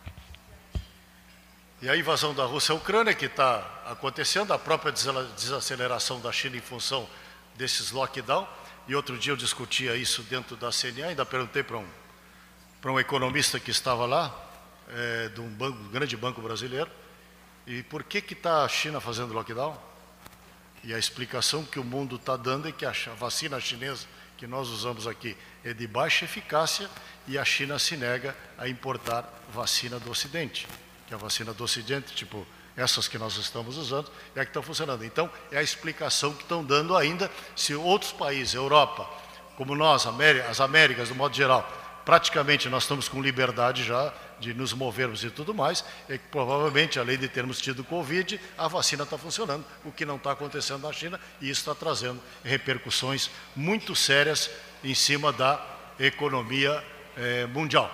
E a invasão da Rússia à Ucrânia, que está acontecendo, a própria desaceleração da China em função desses lockdown. E outro dia eu discutia isso dentro da C N A, ainda perguntei para um, para um economista que estava lá, é, de um, banco, um grande banco brasileiro, e por que que está a China fazendo lockdown? E a explicação que o mundo está dando é que a vacina chinesa que nós usamos aqui é de baixa eficácia e a China se nega a importar vacina do Ocidente. Que a vacina do Ocidente, tipo essas que nós estamos usando, é a que está funcionando. Então, é a explicação que estão dando ainda. Se outros países, Europa, como nós, as Américas, do modo geral, praticamente nós estamos com liberdade já de nos movermos e tudo mais, é que provavelmente, além de termos tido Covid, a vacina está funcionando, o que não está acontecendo na China, e isso está trazendo repercussões muito sérias em cima da economia eh, mundial.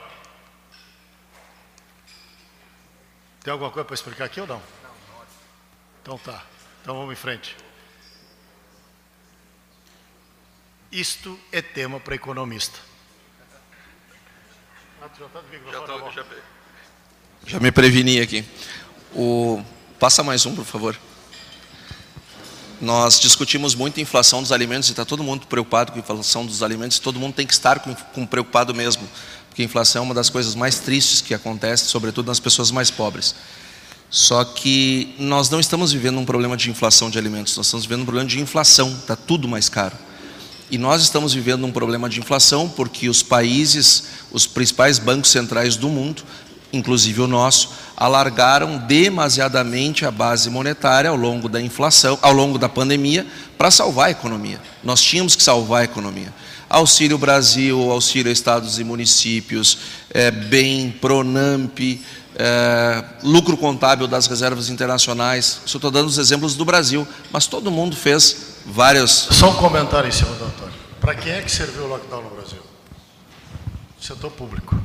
Tem alguma coisa para explicar aqui ou não? Não, não. Então tá. Então vamos em frente. Isto é tema para economista. Já, tô, já, já me preveni aqui. O, passa mais um, por favor. Nós discutimos muito a inflação dos alimentos e está todo mundo preocupado com a inflação dos alimentos. Todo mundo tem que estar com, com preocupado mesmo. Porque a inflação é uma das coisas mais tristes que acontece, sobretudo nas pessoas mais pobres. Só que nós não estamos vivendo um problema de inflação de alimentos, nós estamos vivendo um problema de inflação, está tudo mais caro. E nós estamos vivendo um problema de inflação porque os países, os principais bancos centrais do mundo, inclusive o nosso, alargaram demasiadamente a base monetária ao longo da inflação, ao longo da pandemia, para salvar a economia. Nós tínhamos que salvar a economia. Auxílio Brasil, auxílio a estados e municípios, é, BEM, PRONAMP, é, lucro contábil das reservas internacionais. Só estou dando os exemplos do Brasil, mas todo mundo fez vários... Só um comentário em cima do Antônio. Para quem é que serviu o lockdown no Brasil? Setor público.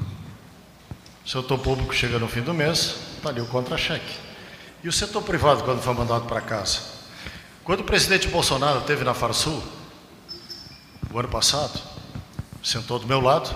O setor público chega no fim do mês, está ali o contra-cheque. E o setor privado, quando foi mandado para casa? Quando o presidente Bolsonaro esteve na Farsul, o ano passado, sentou do meu lado.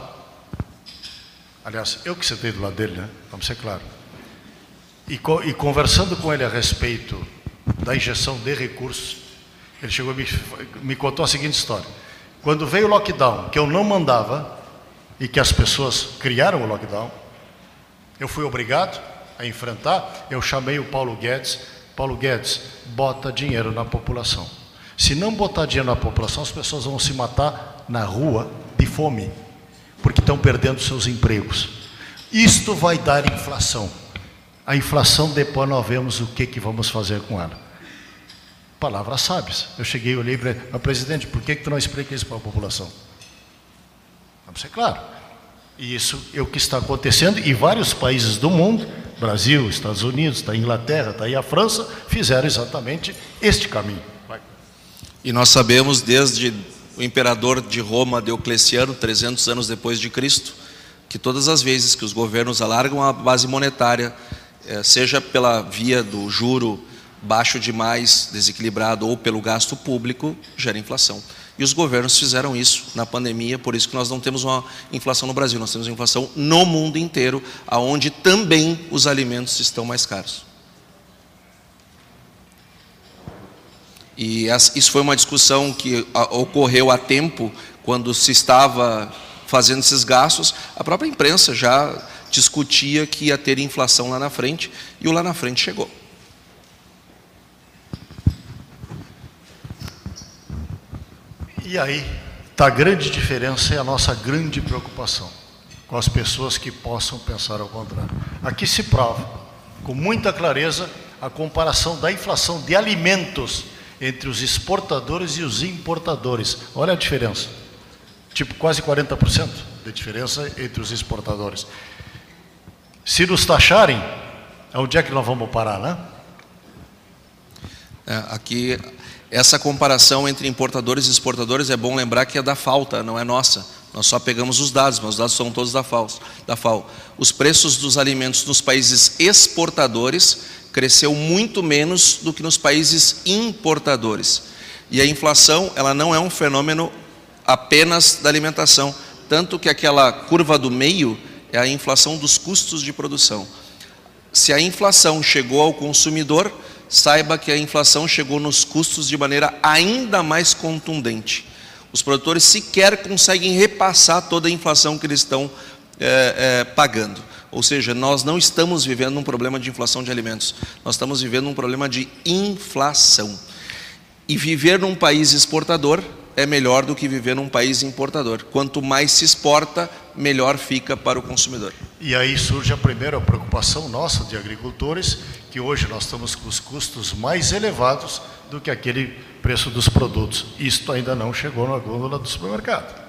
Aliás, eu que sentei do lado dele, né? Vamos ser claros. E, co e conversando com ele a respeito da injeção de recursos, ele chegou e me, me contou a seguinte história. Quando veio o lockdown, que eu não mandava, e que as pessoas criaram o lockdown, eu fui obrigado a enfrentar, eu chamei o Paulo Guedes. Paulo Guedes, bota dinheiro na população. Se não botar dinheiro na população, as pessoas vão se matar na rua de fome, porque estão perdendo seus empregos. Isto vai dar inflação. A inflação, depois nós vemos o que, que vamos fazer com ela. Palavras sábias. Eu cheguei e olhei para ele, mas presidente, por que, que tu não explica isso para a população? Vamos ser claro. E isso é o que está acontecendo, e vários países do mundo, Brasil, Estados Unidos, está a Inglaterra, está aí a França, fizeram exatamente este caminho. Vai. E nós sabemos desde o imperador de Roma, Diocleciano, trezentos anos depois de Cristo, que todas as vezes que os governos alargam a base monetária, seja pela via do juro baixo demais, desequilibrado, ou pelo gasto público, gera inflação. E os governos fizeram isso na pandemia, por isso que nós não temos uma inflação no Brasil, nós temos uma inflação no mundo inteiro, onde também os alimentos estão mais caros. E isso foi uma discussão que ocorreu há tempo, quando se estava fazendo esses gastos, a própria imprensa já discutia que ia ter inflação lá na frente, e o lá na frente chegou. E aí está a grande diferença e a nossa grande preocupação com as pessoas que possam pensar ao contrário. Aqui se prova, com muita clareza, a comparação da inflação de alimentos entre os exportadores e os importadores. Olha a diferença. Tipo, quase quarenta por cento de diferença entre os exportadores. Se nos taxarem, onde é que nós vamos parar, né? É, aqui, essa comparação entre importadores e exportadores, é bom lembrar que é da falta, não é nossa. Nós só pegamos os dados, mas os dados são todos da FAO. Da FAO. Os preços dos alimentos nos países exportadores cresceu muito menos do que nos países importadores. E a inflação, ela não é um fenômeno apenas da alimentação, tanto que aquela curva do meio é a inflação dos custos de produção. Se a inflação chegou ao consumidor, saiba que a inflação chegou nos custos de maneira ainda mais contundente. Os produtores sequer conseguem repassar toda a inflação que eles estão é, é, pagando. Ou seja, nós não estamos vivendo um problema de inflação de alimentos, nós estamos vivendo um problema de inflação. E viver num país exportador é melhor do que viver num país importador. Quanto mais se exporta, melhor fica para o consumidor. E aí surge a primeira preocupação nossa de agricultores, que hoje nós estamos com os custos mais elevados do que aquele preço dos produtos. Isto ainda não chegou na gôndola do supermercado.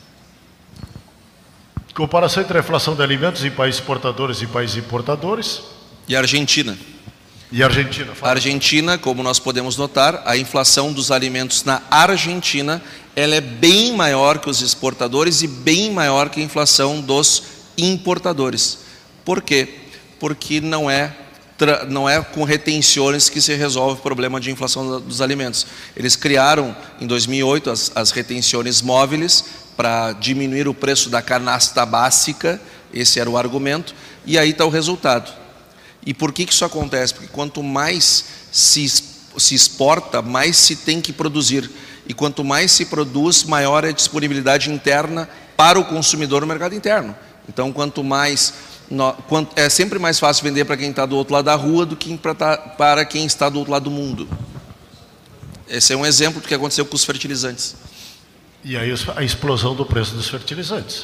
Comparação entre a inflação de alimentos em países exportadores e países importadores. E a Argentina? E a Argentina? A Argentina, como nós podemos notar, a inflação dos alimentos na Argentina, ela é bem maior que os exportadores e bem maior que a inflação dos importadores. Por quê? Porque não é, não é com retenções que se resolve o problema de inflação dos alimentos. Eles criaram, em dois mil e oito, as, as retenções móveis para diminuir o preço da canasta básica, esse era o argumento, e aí está o resultado. E por que que isso acontece? Porque quanto mais se, se exporta, mais se tem que produzir. E quanto mais se produz, maior é a disponibilidade interna para o consumidor no mercado interno. Então, quanto mais... No, quanto, é sempre mais fácil vender para quem está do outro lado da rua do que para, para quem está do outro lado do mundo. Esse é um exemplo do que aconteceu com os fertilizantes. E aí a explosão do preço dos fertilizantes.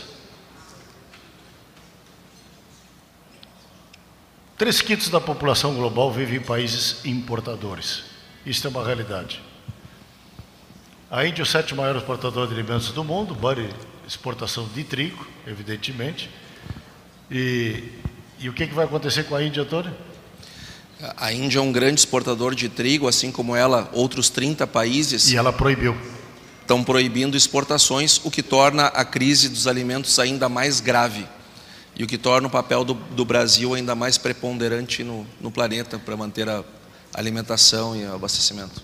Três quintos da população global vive em países importadores. Isso é uma realidade. A Índia é o sétimo maior exportador de alimentos do mundo, vale exportação de trigo, evidentemente. E, e o que, que vai acontecer com a Índia, Antônio? A Índia é um grande exportador de trigo, assim como ela, outros trinta países. E ela proibiu. Estão proibindo exportações, o que torna a crise dos alimentos ainda mais grave. E o que torna o papel do, do Brasil ainda mais preponderante no, no planeta para manter a alimentação e o abastecimento.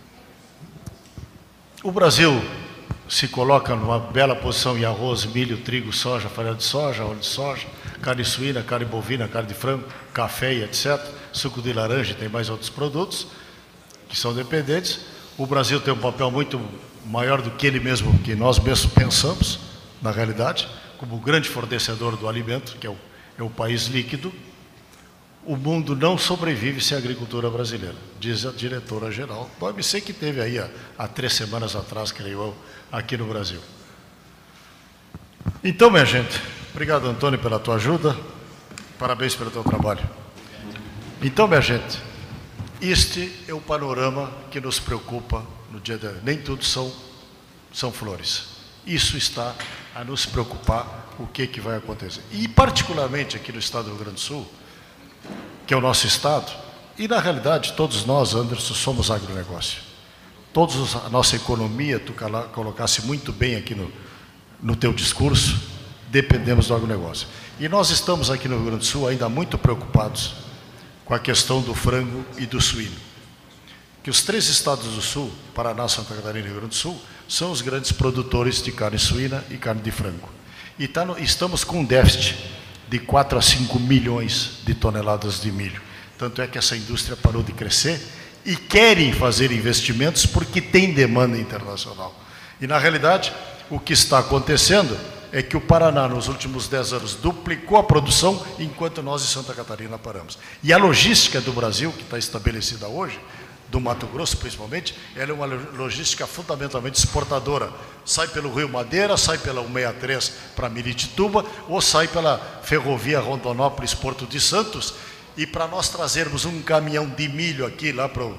O Brasil se coloca numa bela posição em arroz, milho, trigo, soja, farinha de soja, óleo de soja, carne suína, carne bovina, carne de frango, café e etcétera. Suco de laranja, tem mais outros produtos que são dependentes. O Brasil tem um papel muito maior do que ele mesmo, que nós mesmos pensamos, na realidade, como grande fornecedor do alimento, que é o, é o país líquido. O mundo não sobrevive sem a agricultura brasileira, diz a diretora-geral do O M C, que teve aí há, há três semanas atrás, creio eu, aqui no Brasil. Então, minha gente, obrigado, Antônio, pela tua ajuda, parabéns pelo teu trabalho. Então, minha gente, este é o panorama que nos preocupa no dia de hoje. Nem tudo são, são flores. Isso está a nos preocupar, o que, que vai acontecer. E, particularmente, aqui no estado do Rio Grande do Sul, que é o nosso estado, e, na realidade, todos nós, Anderson, somos agronegócio. Todos a nossa economia, tu colocasse muito bem aqui no, no teu discurso, dependemos do agronegócio. E nós estamos aqui no Rio Grande do Sul ainda muito preocupados com a questão do frango e do suíno. Que os três estados do Sul, Paraná, Santa Catarina e Rio Grande do Sul, são os grandes produtores de carne suína e carne de frango. E tá no, estamos com um déficit de quatro a cinco milhões de toneladas de milho. Tanto é que essa indústria parou de crescer e querem fazer investimentos porque tem demanda internacional. E, na realidade, o que está acontecendo é que o Paraná, nos últimos dez anos, duplicou a produção, enquanto nós, em Santa Catarina, paramos. E a logística do Brasil, que está estabelecida hoje, do Mato Grosso principalmente, ela é uma logística fundamentalmente exportadora. Sai pelo Rio Madeira, sai pela cento e sessenta e três para Miritituba, ou sai pela ferrovia Rondonópolis-Porto de Santos, e para nós trazermos um caminhão de milho aqui lá para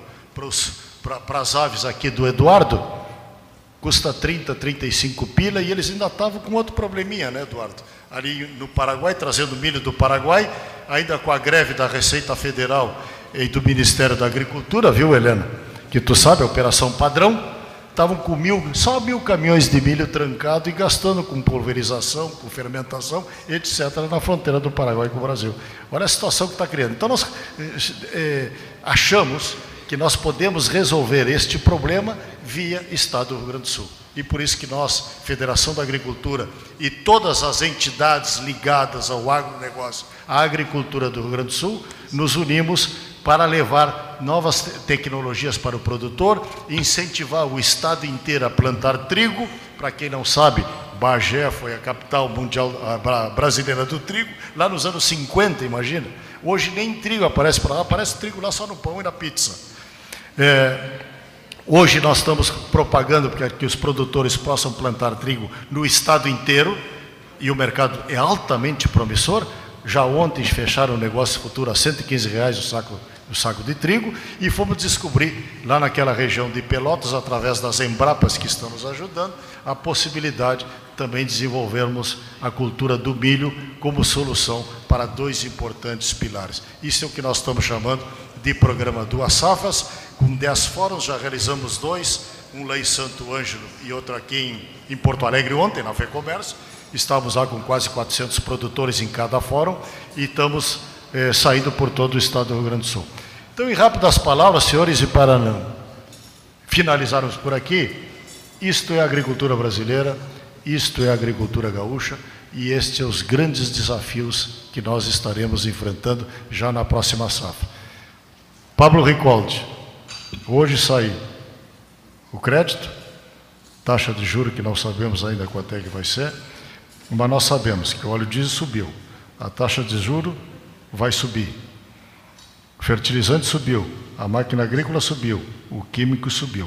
para as aves aqui do Eduardo, custa trinta, trinta e cinco pila, e eles ainda estavam com outro probleminha, né, Eduardo? Ali no Paraguai, trazendo milho do Paraguai, ainda com a greve da Receita Federal e do Ministério da Agricultura, viu, Helena? Que tu sabe, a operação padrão, estavam com mil, só mil caminhões de milho trancado e gastando com pulverização, com fermentação, etcétera, na fronteira do Paraguai com o Brasil. Olha a situação que está criando. Então, nós é, achamos que nós podemos resolver este problema via Estado do Rio Grande do Sul. E por isso que nós, Federação da Agricultura e todas as entidades ligadas ao agronegócio, à agricultura do Rio Grande do Sul, nos unimos para levar novas tecnologias para o produtor, incentivar o Estado inteiro a plantar trigo. Para quem não sabe, Bagé foi a capital mundial a brasileira do trigo, lá nos anos cinquenta, imagina. Hoje nem trigo aparece para lá, aparece trigo lá só no pão e na pizza. É, hoje nós estamos propagando para que os produtores possam plantar trigo no estado inteiro, e o mercado é altamente promissor. Já ontem fecharam o negócio futuro a cento e quinze reais o saco, o saco de trigo, e fomos descobrir lá naquela região de Pelotas, através das Embrapas que estão nos ajudando, a possibilidade também de desenvolvermos a cultura do milho como solução para dois importantes pilares. Isso é o que nós estamos chamando de programa Duas Safras. Com dez fóruns, já realizamos dois, um lá em Santo Ângelo e outro aqui em, em Porto Alegre ontem, na FEComércio. Estamos lá com quase quatrocentos produtores em cada fórum e estamos eh, saindo por todo o estado do Rio Grande do Sul. Então, em rápidas palavras, senhores, e para não finalizarmos por aqui, isto é a agricultura brasileira, isto é a agricultura gaúcha, e estes são os grandes desafios que nós estaremos enfrentando já na próxima safra. Pablo Ricoldi, hoje saiu o crédito, taxa de juros que não sabemos ainda quanto é que vai ser, mas nós sabemos que o óleo diesel subiu, a taxa de juros vai subir, o fertilizante subiu, a máquina agrícola subiu, o químico subiu.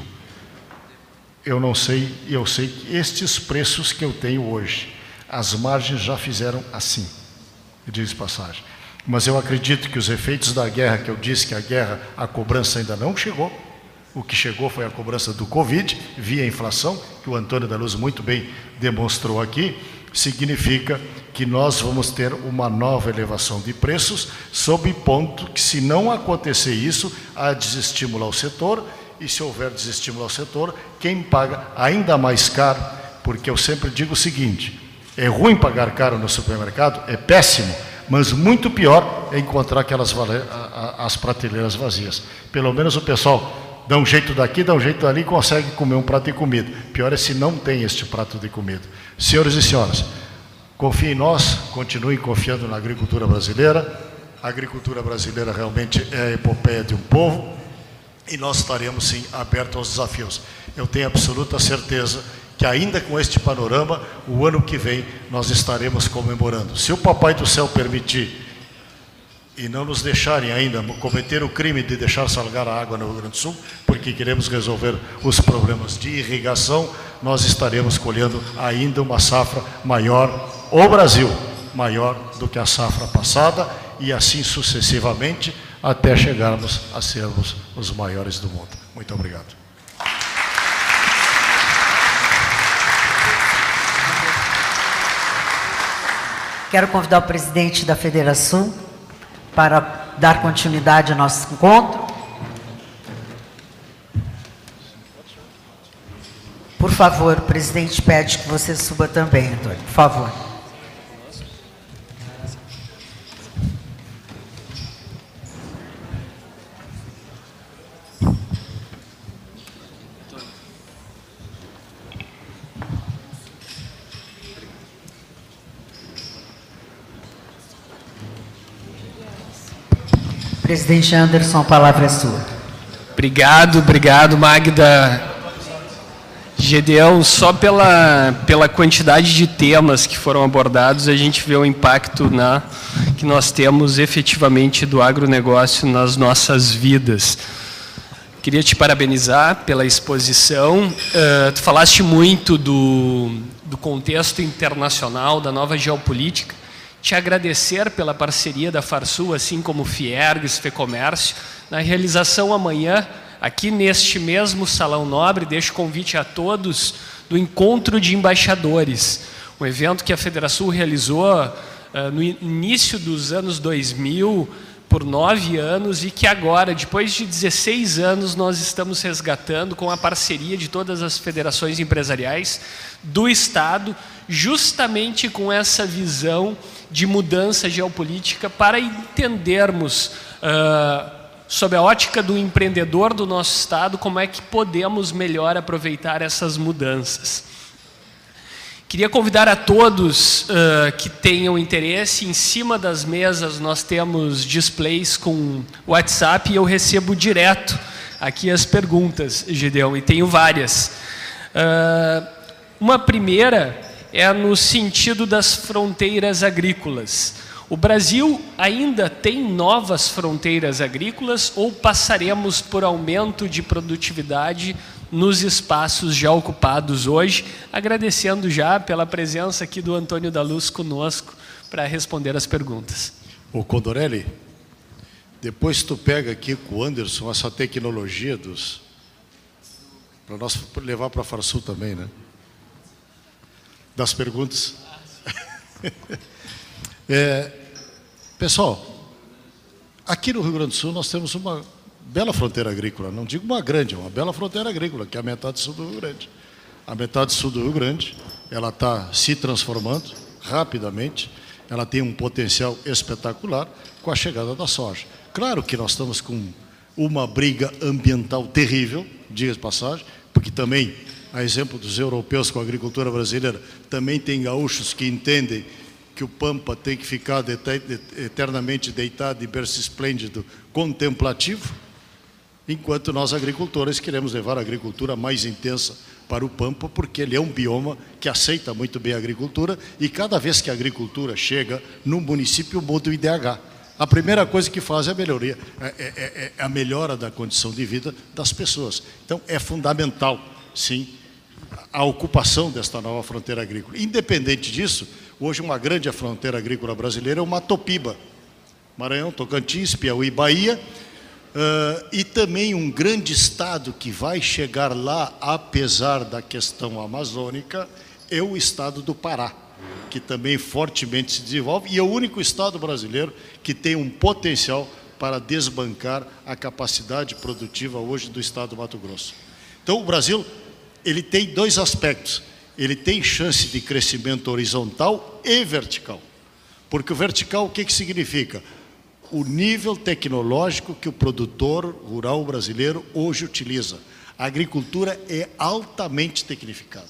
Eu não sei, eu sei que estes preços que eu tenho hoje, as margens já fizeram assim, diz passagem. Mas eu acredito que os efeitos da guerra, que eu disse que a guerra, a cobrança ainda não chegou. O que chegou foi a cobrança do Covid, via inflação, que o Antônio da Luz muito bem demonstrou aqui, significa que nós vamos ter uma nova elevação de preços, sob ponto que, se não acontecer isso, há desestímulo ao setor, e se houver desestímulo ao setor, quem paga ainda mais caro, porque eu sempre digo o seguinte, é ruim pagar caro no supermercado, é péssimo, mas muito pior é encontrar aquelas as prateleiras vazias. Pelo menos o pessoal dá um jeito daqui, dá um jeito dali e consegue comer um prato de comida. Pior é se não tem este prato de comida. Senhores e senhoras, confiem em nós, continuem confiando na agricultura brasileira. A agricultura brasileira realmente é a epopeia de um povo, e nós estaremos, sim, abertos aos desafios. Eu tenho absoluta certeza que, ainda com este panorama, o ano que vem nós estaremos comemorando. Se o Papai do Céu permitir, e não nos deixarem ainda cometer o crime de deixar salgar a água no Rio Grande do Sul, porque queremos resolver os problemas de irrigação, nós estaremos colhendo ainda uma safra maior, o Brasil, maior do que a safra passada, e assim sucessivamente, até chegarmos a sermos os maiores do mundo. Muito obrigado. Quero convidar o presidente da Federação para dar continuidade ao nosso encontro. Por favor, o presidente pede que você suba também, Antônio, por favor. Presidente Anderson, a palavra é sua. Obrigado, obrigado, Magda. Gedeão, só pela, pela quantidade de temas que foram abordados, a gente vê o impacto na, que nós temos efetivamente do agronegócio nas nossas vidas. Queria te parabenizar pela exposição. Uh, tu falaste muito do, do contexto internacional, da nova geopolítica. te agradecer pela parceria da Farsul, assim como o Fiergs, Fecomércio, na realização amanhã, aqui neste mesmo Salão Nobre, deixo o convite a todos do Encontro de Embaixadores, um evento que a Federação realizou uh, no início dos anos dois mil, por nove anos, e que agora, depois de dezesseis anos, nós estamos resgatando com a parceria de todas as federações empresariais do Estado, justamente com essa visão de mudança geopolítica para entendermos, uh, sob a ótica do empreendedor do nosso Estado, como é que podemos melhor aproveitar essas mudanças. Queria convidar a todos uh, que tenham interesse. Em cima das mesas nós temos displays com WhatsApp e eu recebo direto aqui as perguntas, Gideão, e tenho várias. Uh, uma primeira é no sentido das fronteiras agrícolas. O Brasil ainda tem novas fronteiras agrícolas ou passaremos por aumento de produtividade nos espaços já ocupados hoje? Agradecendo já pela presença aqui do Antônio da Luz conosco para responder as perguntas. Ô Condorelli, depois tu pega aqui com o Anderson essa tecnologia dos... para nós levar para a Farsul também, né? Das perguntas. É, pessoal, aqui no Rio Grande do Sul nós temos uma bela fronteira agrícola, não digo uma grande, uma bela fronteira agrícola, que é a metade sul do Rio Grande. A metade sul do Rio Grande, ela está se transformando rapidamente, ela tem um potencial espetacular com a chegada da soja. Claro que nós estamos com uma briga ambiental terrível, diga de passagem, porque também, a exemplo dos europeus com a agricultura brasileira, também tem gaúchos que entendem que o Pampa tem que ficar eternamente deitado e berço esplêndido, contemplativo, enquanto nós agricultores queremos levar a agricultura mais intensa para o Pampa, porque ele é um bioma que aceita muito bem a agricultura, e cada vez que a agricultura chega no município, muda o I D H. A primeira coisa que faz é a melhoria, é, é, é a melhora da condição de vida das pessoas. Então, é fundamental, sim, a ocupação desta nova fronteira agrícola. Independente disso, hoje uma grande fronteira agrícola brasileira é o Matopiba, Maranhão, Tocantins, Piauí, Bahia, uh, e também um grande estado que vai chegar lá, apesar da questão amazônica, é o estado do Pará, que também fortemente se desenvolve, e é o único estado brasileiro que tem um potencial para desbancar a capacidade produtiva hoje do estado do Mato Grosso. Então, o Brasil, ele tem dois aspectos. Ele tem chance de crescimento horizontal e vertical. Porque o vertical, o que, que significa? O nível tecnológico que o produtor rural brasileiro hoje utiliza. A agricultura é altamente tecnificada.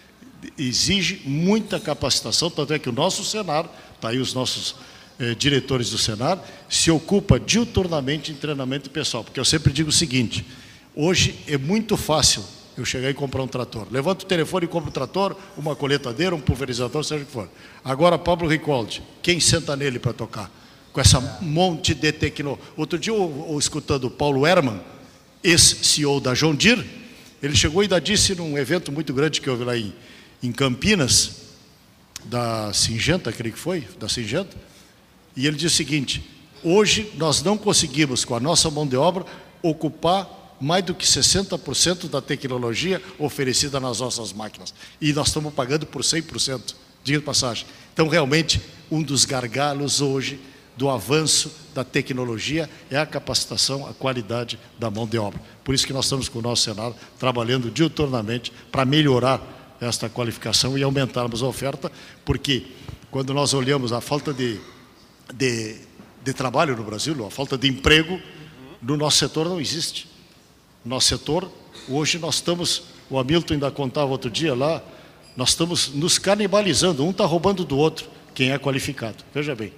Exige muita capacitação, tanto é que o nosso Senar, está aí os nossos eh, diretores do Senar, se ocupa diuturnamente em treinamento pessoal. Porque eu sempre digo o seguinte, hoje é muito fácil eu chegar e comprar um trator. Levanta o telefone e compra um trator, uma coletadeira, um pulverizador, seja o que for. Agora, Pablo Ricoldi, quem senta nele para tocar? Com essa monte de tecnologia. Outro dia, eu, eu, escutando o Paulo Herman, ex-C E O da John Deere, ele chegou e ainda disse num evento muito grande que houve lá em, em Campinas, da Singenta, creio que foi, da Singenta, e ele disse o seguinte, hoje nós não conseguimos, com a nossa mão de obra, ocupar mais do que sessenta por cento da tecnologia oferecida nas nossas máquinas. E nós estamos pagando por cem por cento, diga de passagem. Então, realmente, um dos gargalos hoje do avanço da tecnologia é a capacitação, a qualidade da mão de obra. Por isso que nós estamos com o nosso Senado trabalhando diuturnamente para melhorar esta qualificação e aumentarmos a oferta, porque quando nós olhamos a falta de, de, de trabalho no Brasil, a falta de emprego, no nosso setor não existe. Nosso setor, hoje nós estamos, o Hamilton ainda contava outro dia lá, nós estamos nos canibalizando, um está roubando do outro, quem é qualificado. Veja bem.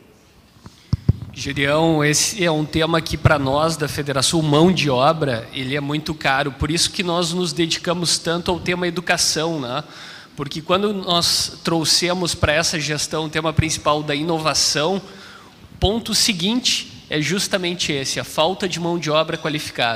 Gideão, esse é um tema que para nós da Federação, mão de obra, ele é muito caro, por isso que nós nos dedicamos tanto ao tema educação, né? Porque quando nós trouxemos para essa gestão o tema principal da inovação, ponto seguinte é justamente esse, a falta de mão de obra qualificada.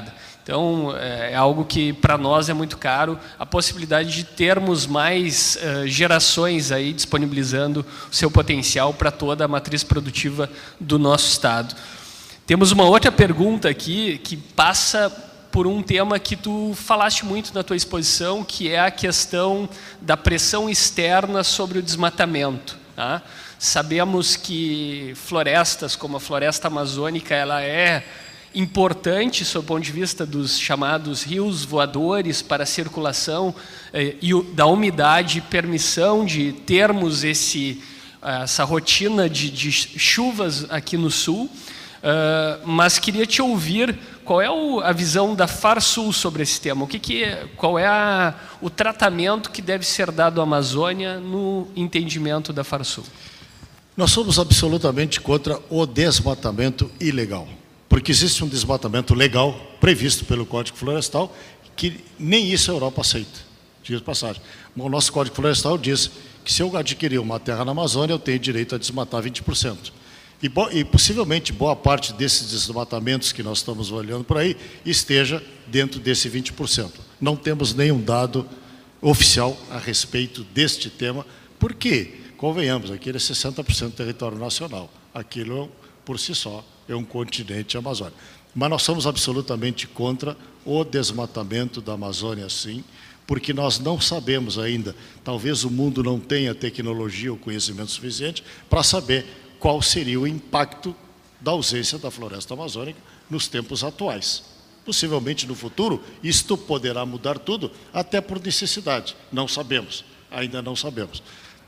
Então, é algo que para nós é muito caro, a possibilidade de termos mais uh, gerações aí disponibilizando o seu potencial para toda a matriz produtiva do nosso Estado. Temos uma outra pergunta aqui que passa por um tema que tu falaste muito na tua exposição, que é a questão da pressão externa sobre o desmatamento. Tá? Sabemos que florestas, como a floresta amazônica, ela é importante sob o ponto de vista dos chamados rios voadores para a circulação eh, e o, da umidade, permissão de termos esse, essa rotina de, de chuvas aqui no sul, uh, mas queria te ouvir qual é o, a visão da Farsul sobre esse tema, o que que é, qual é a, o tratamento que deve ser dado à Amazônia no entendimento da Farsul. Nós somos absolutamente contra o desmatamento ilegal. Porque existe um desmatamento legal previsto pelo Código Florestal, que nem isso a Europa aceita, diga de passagem. O nosso Código Florestal diz que se eu adquirir uma terra na Amazônia, eu tenho direito a desmatar vinte por cento. E, e possivelmente boa parte desses desmatamentos que nós estamos olhando por aí esteja dentro desse vinte por cento. Não temos nenhum dado oficial a respeito deste tema, porque, convenhamos, aquele é sessenta por cento do território nacional. Aquilo, por si só, é um continente amazônico. Mas nós somos absolutamente contra o desmatamento da Amazônia, sim, porque nós não sabemos ainda, talvez o mundo não tenha tecnologia ou conhecimento suficiente para saber qual seria o impacto da ausência da floresta amazônica nos tempos atuais. Possivelmente no futuro, isto poderá mudar tudo, até por necessidade. Não sabemos, ainda não sabemos.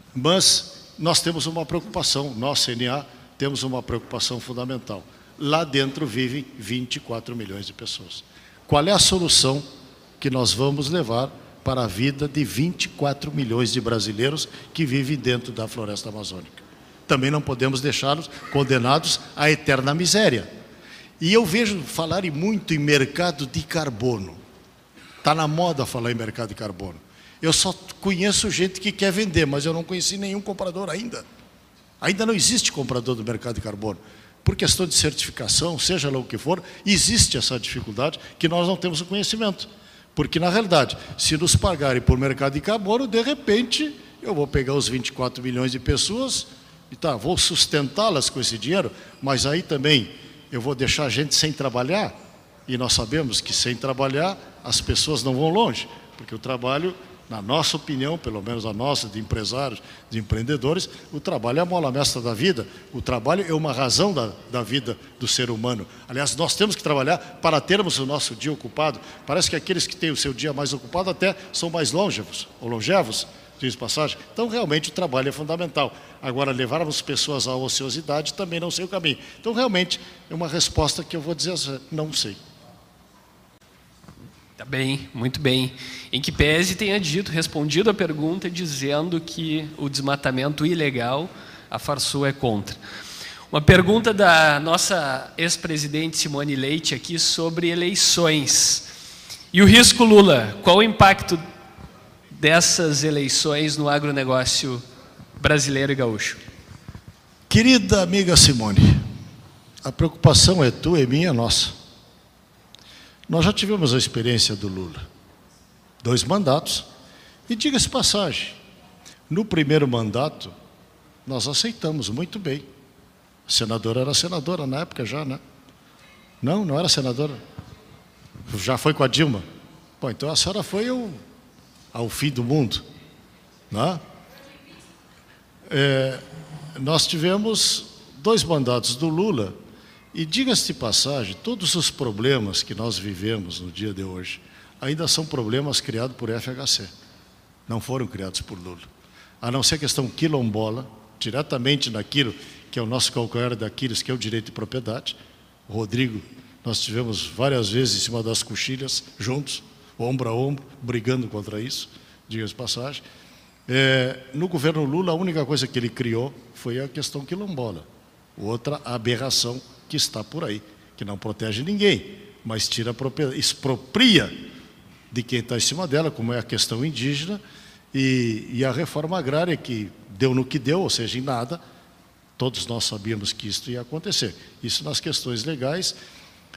Mas nós temos uma preocupação, nós, C N A, temos uma preocupação fundamental. Lá dentro vivem vinte e quatro milhões de pessoas. Qual é a solução que nós vamos levar para a vida de vinte e quatro milhões de brasileiros que vivem dentro da floresta amazônica? Também não podemos deixá-los condenados à eterna miséria. E eu vejo falarem muito em mercado de carbono. Está na moda falar em mercado de carbono. Eu só conheço gente que quer vender, mas eu não conheci nenhum comprador ainda. Ainda não existe comprador do mercado de carbono. Por questão de certificação, seja lá o que for, existe essa dificuldade que nós não temos o conhecimento. Porque, na realidade, se nos pagarem por mercado de carbono, de repente, eu vou pegar os vinte e quatro milhões de pessoas e tá, vou sustentá-las com esse dinheiro, mas aí também eu vou deixar a gente sem trabalhar, e nós sabemos que sem trabalhar as pessoas não vão longe, porque o trabalho, na nossa opinião, pelo menos a nossa, de empresários, de empreendedores, o trabalho é a mola mestra da vida, o trabalho é uma razão da, da vida do ser humano. Aliás, nós temos que trabalhar para termos o nosso dia ocupado. Parece que aqueles que têm o seu dia mais ocupado até são mais longevos, ou longevos, diz passagem. Então, realmente, o trabalho é fundamental. Agora, levarmos pessoas à ociosidade também não sei o caminho. Então, realmente, é uma resposta que eu vou dizer assim, não sei. Tá bem, muito bem. Em que pese tenha dito, respondido a pergunta dizendo que o desmatamento ilegal, a Farsul é contra. Uma pergunta da nossa ex-presidente Simone Leite aqui sobre eleições. E o risco Lula, qual o impacto dessas eleições no agronegócio brasileiro e gaúcho? Querida amiga Simone, a preocupação é tua e minha, nossa. Nós já tivemos a experiência do Lula, dois mandatos, e diga-se passagem, no primeiro mandato, nós aceitamos muito bem. A senadora era senadora na época já, né? Não, não era senadora. Já foi com a Dilma. Bom, então a senhora foi ao, ao fim do mundo, né? É, nós tivemos dois mandatos do Lula, e diga-se de passagem, todos os problemas que nós vivemos no dia de hoje ainda são problemas criados por F H C, não foram criados por Lula. A não ser questão quilombola, diretamente naquilo que é o nosso calcanhar daqueles, que é o direito de propriedade. O Rodrigo, nós tivemos várias vezes em cima das coxilhas, juntos, ombro a ombro, brigando contra isso, diga-se de passagem. É, no governo Lula, a única coisa que ele criou foi a questão quilombola. Outra aberração que está por aí, que não protege ninguém, mas tira a propriedade, expropria de quem está em cima dela, como é a questão indígena, e, e a reforma agrária, que deu no que deu, ou seja, em nada. Todos nós sabíamos que isso ia acontecer. Isso nas questões legais.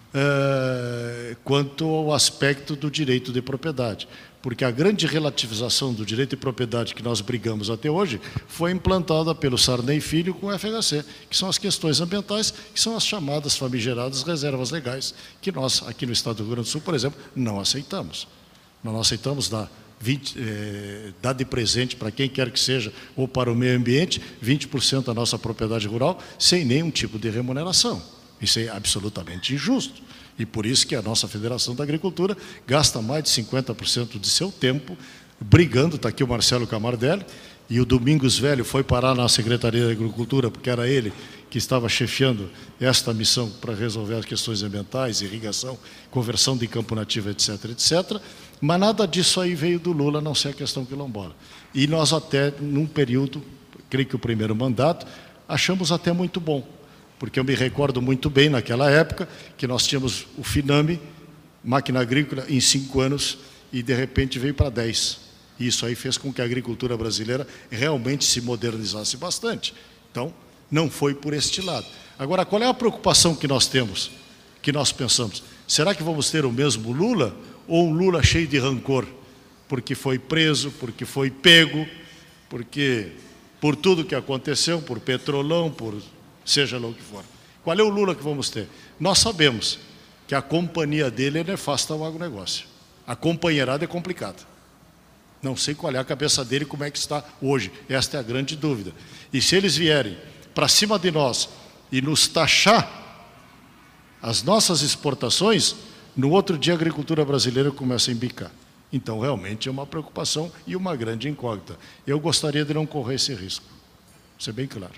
eh, quanto ao aspecto do direito de propriedade. Porque a grande relativização do direito de propriedade que nós brigamos até hoje foi implantada pelo Sarney Filho com o F H C, que são as questões ambientais, que são as chamadas famigeradas reservas legais, que nós, aqui no Estado do Rio Grande do Sul, por exemplo, não aceitamos. Nós não aceitamos dar, vinte, eh, dar de presente para quem quer que seja, ou para o meio ambiente, vinte por cento da nossa propriedade rural, sem nenhum tipo de remuneração. Isso é absolutamente injusto. E por isso que a nossa Federação da Agricultura gasta mais de cinquenta por cento de seu tempo brigando. Está aqui o Marcelo Camardelli, e o Domingos Velho foi parar na Secretaria da Agricultura, porque era ele que estava chefiando esta missão para resolver as questões ambientais, irrigação, conversão de campo nativo, etc, etcétera. Mas nada disso aí veio do Lula, a não ser a questão quilombola. E nós até, num período, creio que o primeiro mandato, achamos até muito bom. Porque eu me recordo muito bem, naquela época, que nós tínhamos o FINAME, máquina agrícola, em cinco anos, e de repente veio para dez. E isso aí fez com que a agricultura brasileira realmente se modernizasse bastante. Então, não foi por este lado. Agora, qual é a preocupação que nós temos, que nós pensamos? Será que vamos ter o mesmo Lula, ou um Lula cheio de rancor? Porque foi preso, porque foi pego, porque por tudo que aconteceu, por petrolão, por... seja lá o que for. Qual é o Lula que vamos ter? Nós sabemos que a companhia dele é nefasta ao agronegócio. A companheirada é complicada. Não sei qual é a cabeça dele, como é que está hoje. Esta é a grande dúvida. E se eles vierem para cima de nós e nos taxar as nossas exportações, no outro dia a agricultura brasileira começa a embicar. Então, realmente, é uma preocupação e uma grande incógnita. Eu gostaria de não correr esse risco. Isso é bem claro.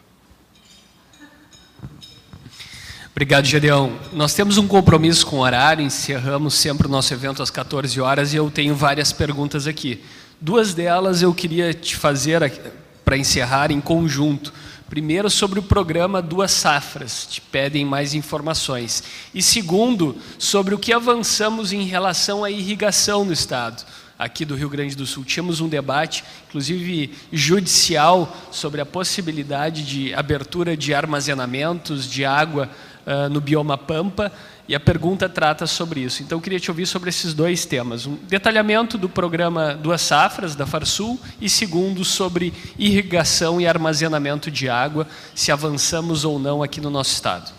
Obrigado, Gedeão. Nós temos um compromisso com o horário, encerramos sempre o nosso evento às quatorze horas e eu tenho várias perguntas aqui. Duas delas eu queria te fazer para encerrar em conjunto. Primeiro, sobre o programa Duas Safras, te pedem mais informações. E segundo, sobre o que avançamos em relação à irrigação no Estado, aqui do Rio Grande do Sul. Tínhamos um debate, inclusive judicial, sobre a possibilidade de abertura de armazenamentos de água uh, no bioma Pampa, e a pergunta trata sobre isso. Então, eu queria te ouvir sobre esses dois temas. Um detalhamento do programa Duas Safras, da Farsul, e segundo, sobre irrigação e armazenamento de água, se avançamos ou não aqui no nosso Estado.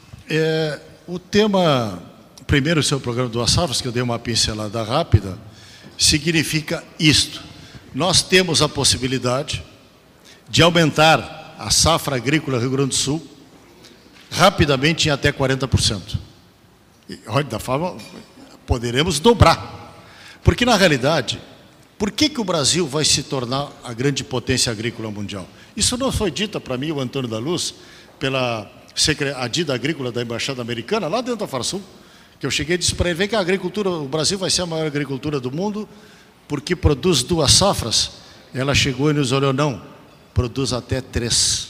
É, o tema, primeiro, o seu programa Duas Safras, que eu dei uma pincelada rápida, significa isto. Nós temos a possibilidade de aumentar a safra agrícola Rio Grande do Sul rapidamente em até quarenta por cento. E, olha, da forma, poderemos dobrar. Porque, na realidade, por que que o Brasil vai se tornar a grande potência agrícola mundial? Isso não foi dito para mim, o Antônio da Luz, pela Adida Agrícola da Embaixada Americana, lá dentro da Farsul, que eu cheguei e disse para ele, vem que a agricultura, o Brasil vai ser a maior agricultura do mundo, porque produz duas safras. Ela chegou e nos olhou, não, produz até três.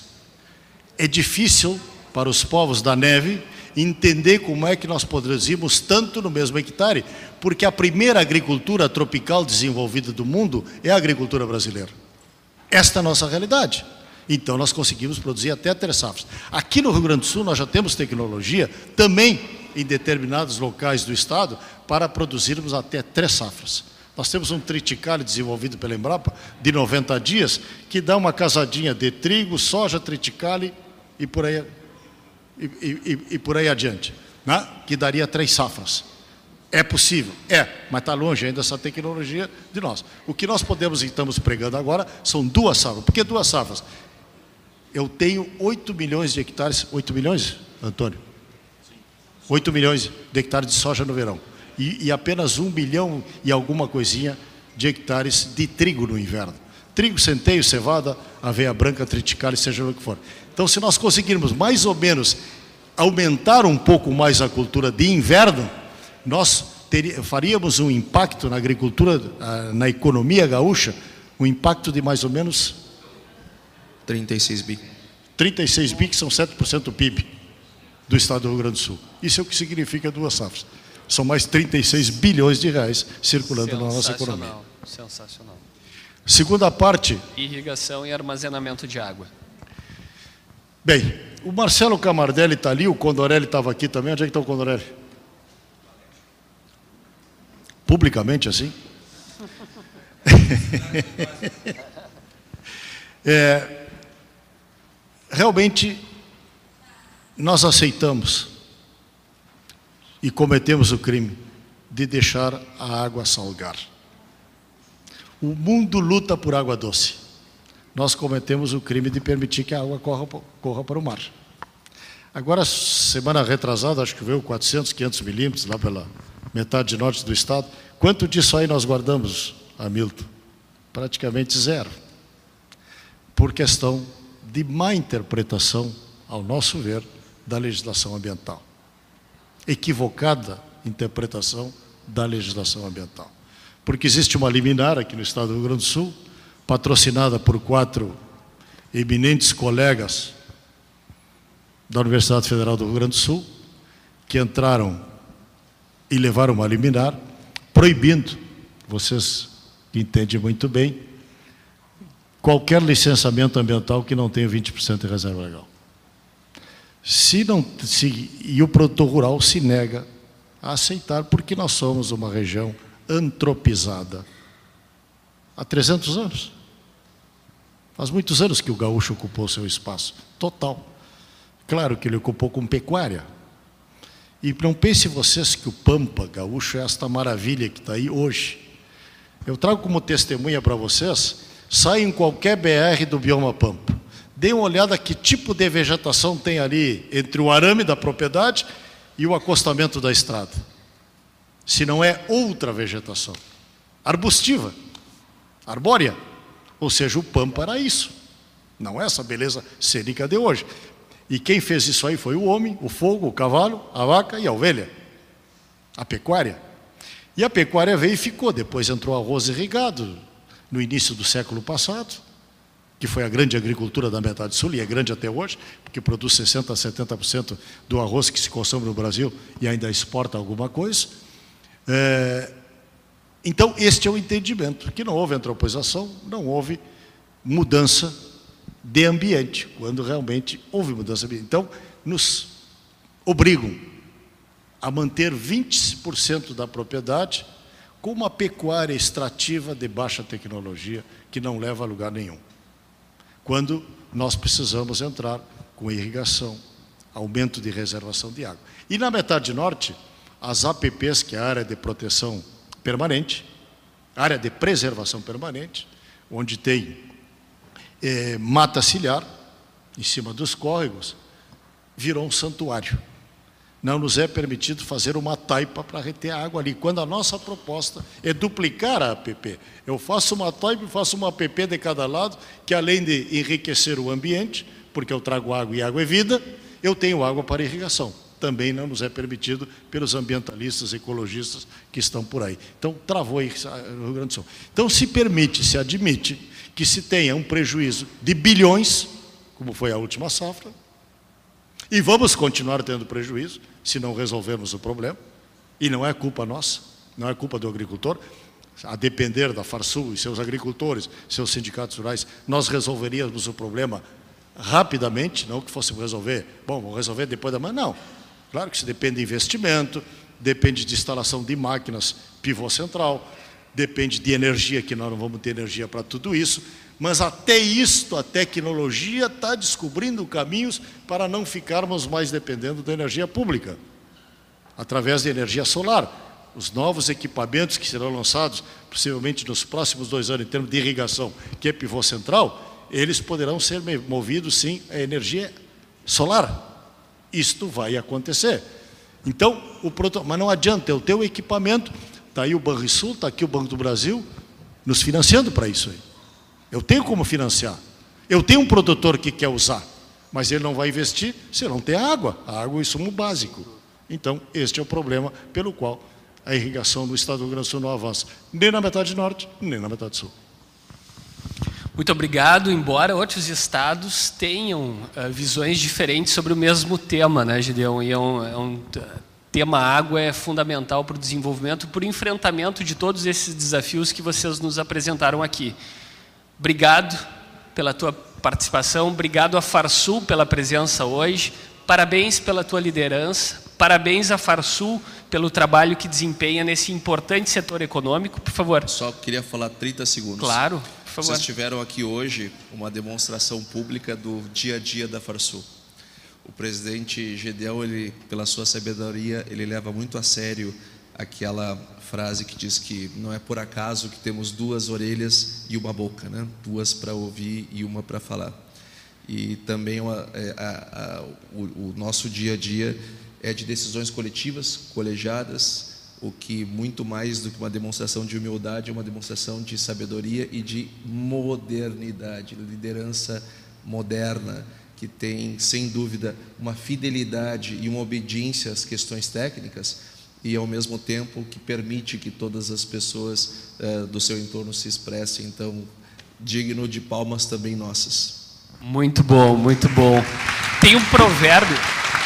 É difícil para os povos da neve entender como é que nós produzimos tanto no mesmo hectare, porque a primeira agricultura tropical desenvolvida do mundo é a agricultura brasileira. Esta é a nossa realidade. Então, nós conseguimos produzir até três safras. Aqui no Rio Grande do Sul, nós já temos tecnologia, também em determinados locais do estado, para produzirmos até três safras. Nós temos um triticale desenvolvido pela Embrapa, de noventa dias, que dá uma casadinha de trigo, soja, triticale e por aí, e, e, e por aí adiante, né? Que daria três safras. É possível? É, mas está longe ainda essa tecnologia de nós. O que nós podemos e estamos pregando agora são duas safras. Por que duas safras? Eu tenho oito milhões de hectares, oito milhões, Antônio? oito milhões de hectares de soja no verão. E, e apenas um milhão e alguma coisinha de hectares de trigo no inverno. Trigo, centeio, cevada, aveia branca, triticale, seja o que for. Então, se nós conseguirmos mais ou menos aumentar um pouco mais a cultura de inverno, nós teria, faríamos um impacto na agricultura, na economia gaúcha, um impacto de mais ou menos... trinta e seis bi. trinta e seis bi, que são sete por cento do P I B do estado do Rio Grande do Sul. Isso é o que significa duas safras. São mais trinta e seis bilhões de reais circulando na nossa economia. Sensacional. Segunda parte... irrigação e armazenamento de água. Bem, o Marcelo Camardelli está ali, o Condorelli estava aqui também. Onde é que está o Condorelli? publicamente assim. É, realmente, nós aceitamos e cometemos o crime de deixar a água salgar. O mundo luta por água doce. Nós cometemos o crime de permitir que a água corra, corra para o mar. Agora, semana retrasada, acho que veio quatrocentos, quinhentos milímetros, lá pela metade norte do estado. Quanto disso aí nós guardamos, Hamilton? Praticamente zero. Por questão de má interpretação, ao nosso ver, da legislação ambiental. Equivocada interpretação da legislação ambiental. Porque existe uma liminar aqui no estado do Rio Grande do Sul, patrocinada por quatro eminentes colegas da Universidade Federal do Rio Grande do Sul, que entraram e levaram uma liminar, proibindo, vocês entendem muito bem, qualquer licenciamento ambiental que não tenha vinte por cento de reserva legal. Se não, se, e o produtor rural se nega a aceitar, porque nós somos uma região antropizada há trezentos anos. Faz muitos anos que o gaúcho ocupou seu espaço, total. Claro que ele ocupou com pecuária. E não pense vocês que o Pampa gaúcho é esta maravilha que está aí hoje. Eu trago como testemunha para vocês, sai em qualquer B R do bioma Pampa. Dê uma olhada que tipo de vegetação tem ali entre o arame da propriedade e o acostamento da estrada. Se não é outra vegetação. Arbustiva, arbórea. Ou seja, o Pampa era isso. Não é essa beleza cênica de hoje. E quem fez isso aí foi o homem, o fogo, o cavalo, a vaca e a ovelha. A pecuária. E a pecuária veio e ficou. Depois entrou arroz irrigado, no início do século passado, que foi a grande agricultura da metade sul, e é grande até hoje, porque produz sessenta a setenta por cento do arroz que se consome no Brasil e ainda exporta alguma coisa. É, então, este é o entendimento, que não houve antropização, não houve mudança de ambiente, quando realmente houve mudança de ambiente. Então, nos obrigam a manter vinte por cento da propriedade com uma pecuária extrativa de baixa tecnologia, que não leva a lugar nenhum. Quando nós precisamos entrar com irrigação, aumento de reservação de água. E na metade norte, as A P Ps, que é a área de proteção permanente, área de preservação permanente, onde tem é, mata ciliar, em cima dos córregos, virou um santuário. Não nos é permitido fazer uma taipa para reter a água ali, quando a nossa proposta é duplicar a A P P. Eu faço uma taipa e faço uma A P P de cada lado, que além de enriquecer o ambiente, porque eu trago água e água é vida, eu tenho água para irrigação. Também não nos é permitido pelos ambientalistas, ecologistas que estão por aí. Então, travou aí no Rio Grande do Sul. Então, se permite, se admite que se tenha um prejuízo de bilhões, como foi a última safra, e vamos continuar tendo prejuízo, se não resolvermos o problema, e não é culpa nossa, não é culpa do agricultor, a depender da Farsul e seus agricultores, seus sindicatos rurais, nós resolveríamos o problema rapidamente, não que fôssemos resolver, bom, vamos resolver depois da manhã, não. Claro que isso depende de investimento, depende de instalação de máquinas pivô central, depende de energia, que nós não vamos ter energia para tudo isso, mas até isto, a tecnologia está descobrindo caminhos para não ficarmos mais dependendo da energia pública, através de energia solar. Os novos equipamentos que serão lançados, possivelmente nos próximos dois anos, em termos de irrigação, que é pivô central, eles poderão ser movidos, sim, a energia solar. Isto vai acontecer. Então, o proto... mas não adianta, é o teu equipamento, está aí o Banrisul, está aqui o Banco do Brasil, nos financiando para isso aí. Eu tenho como financiar. Eu tenho um produtor que quer usar, mas ele não vai investir se não tem água. A água é o insumo básico. Então, este é o problema pelo qual a irrigação no estado do Rio Grande do Sul não avança, nem na metade norte, nem na metade sul. Muito obrigado. Embora outros estados tenham uh, visões diferentes sobre o mesmo tema, né, Gideão? E é um, é um tema água é fundamental para o desenvolvimento, para o enfrentamento de todos esses desafios que vocês nos apresentaram aqui. Obrigado pela tua participação, obrigado à Farsul pela presença hoje, parabéns pela tua liderança, Parabéns à Farsul pelo trabalho que desempenha nesse importante setor econômico. Por favor. Só queria falar trinta segundos. Claro, por favor. Vocês tiveram aqui hoje uma demonstração pública do dia a dia da Farsul. O presidente Gedeão, ele, pela sua sabedoria, ele leva muito a sério aquela frase que diz que não é por acaso que temos duas orelhas e uma boca, né? Duas para ouvir e uma para falar. E também a, a, a, o, o nosso dia a dia é de decisões coletivas, colegiadas, o que muito mais do que uma demonstração de humildade é uma demonstração de sabedoria e de modernidade, liderança moderna, que tem, sem dúvida, uma fidelidade e uma obediência às questões técnicas e, ao mesmo tempo, que permite que todas as pessoas uh, do seu entorno se expressem. Então, digno de palmas também nossas. Muito bom, muito bom. Tem um provérbio...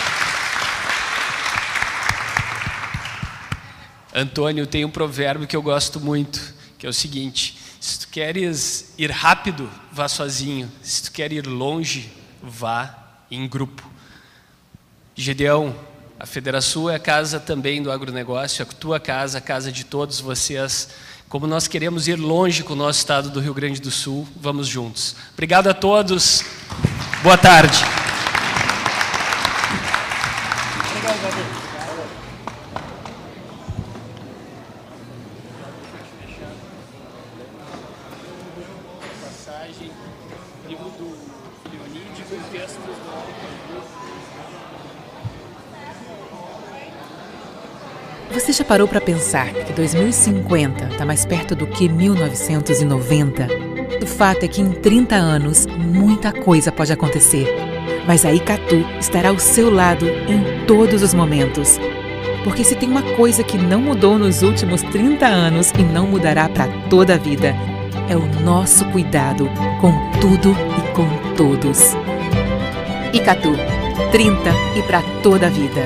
Antônio, tem um provérbio que eu gosto muito, que é o seguinte: se tu queres ir rápido, vá sozinho. Se tu queres ir longe, vá em grupo. Gedeão, a Federação é a casa também do agronegócio, a tua casa, a casa de todos vocês. Como nós queremos ir longe com o nosso estado do Rio Grande do Sul, vamos juntos. Obrigado a todos. Boa tarde. Você já parou para pensar que dois mil e cinquenta está mais perto do que mil novecentos e noventa? O fato é que em trinta anos, muita coisa pode acontecer. Mas a Icatu estará ao seu lado em todos os momentos. Porque se tem uma coisa que não mudou nos últimos trinta anos e não mudará para toda a vida, é o nosso cuidado com tudo e com todos. Icatu, trinta e para toda a vida.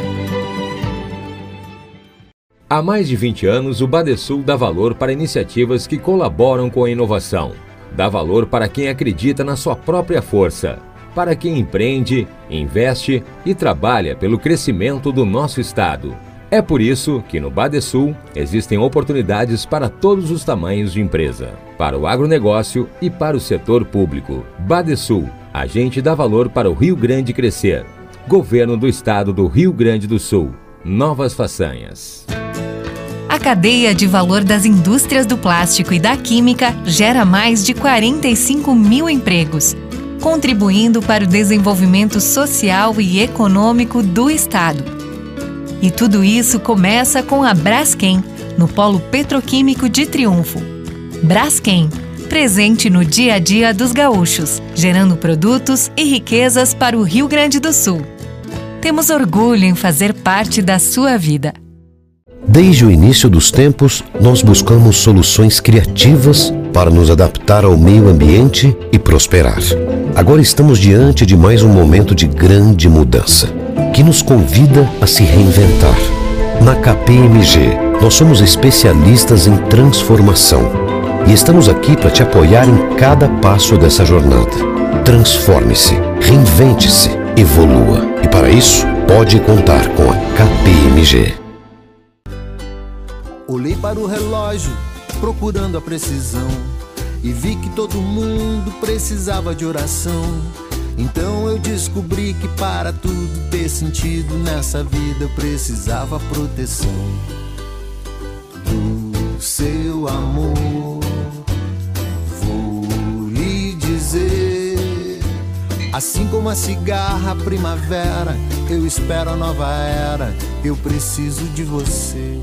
Há mais de vinte anos, o Badesul dá valor para iniciativas que colaboram com a inovação. Dá valor para quem acredita na sua própria força, para quem empreende, investe e trabalha pelo crescimento do nosso estado. É por isso que no Badesul existem oportunidades para todos os tamanhos de empresa, para o agronegócio e para o setor público. Badesul, a gente dá valor para o Rio Grande crescer. Governo do Estado do Rio Grande do Sul. Novas façanhas. A cadeia de valor das indústrias do plástico e da química gera mais de quarenta e cinco mil empregos, contribuindo para o desenvolvimento social e econômico do Estado. E tudo isso começa com a Braskem, no Polo Petroquímico de Triunfo. Braskem, presente no dia a dia dos gaúchos, gerando produtos e riquezas para o Rio Grande do Sul. Temos orgulho em fazer parte da sua vida. Desde o início dos tempos, nós buscamos soluções criativas para nos adaptar ao meio ambiente e prosperar. Agora estamos diante de mais um momento de grande mudança, que nos convida a se reinventar. Na K P M G, nós somos especialistas em transformação e estamos aqui para te apoiar em cada passo dessa jornada. Transforme-se, reinvente-se, evolua. E para isso, pode contar com a K P M G. Olhei para o relógio, procurando a precisão, e vi que todo mundo precisava de oração. Então eu descobri que para tudo ter sentido nessa vida eu precisava proteção do seu amor. Vou lhe dizer, assim como a cigarra, a primavera, eu espero a nova era, eu preciso de você.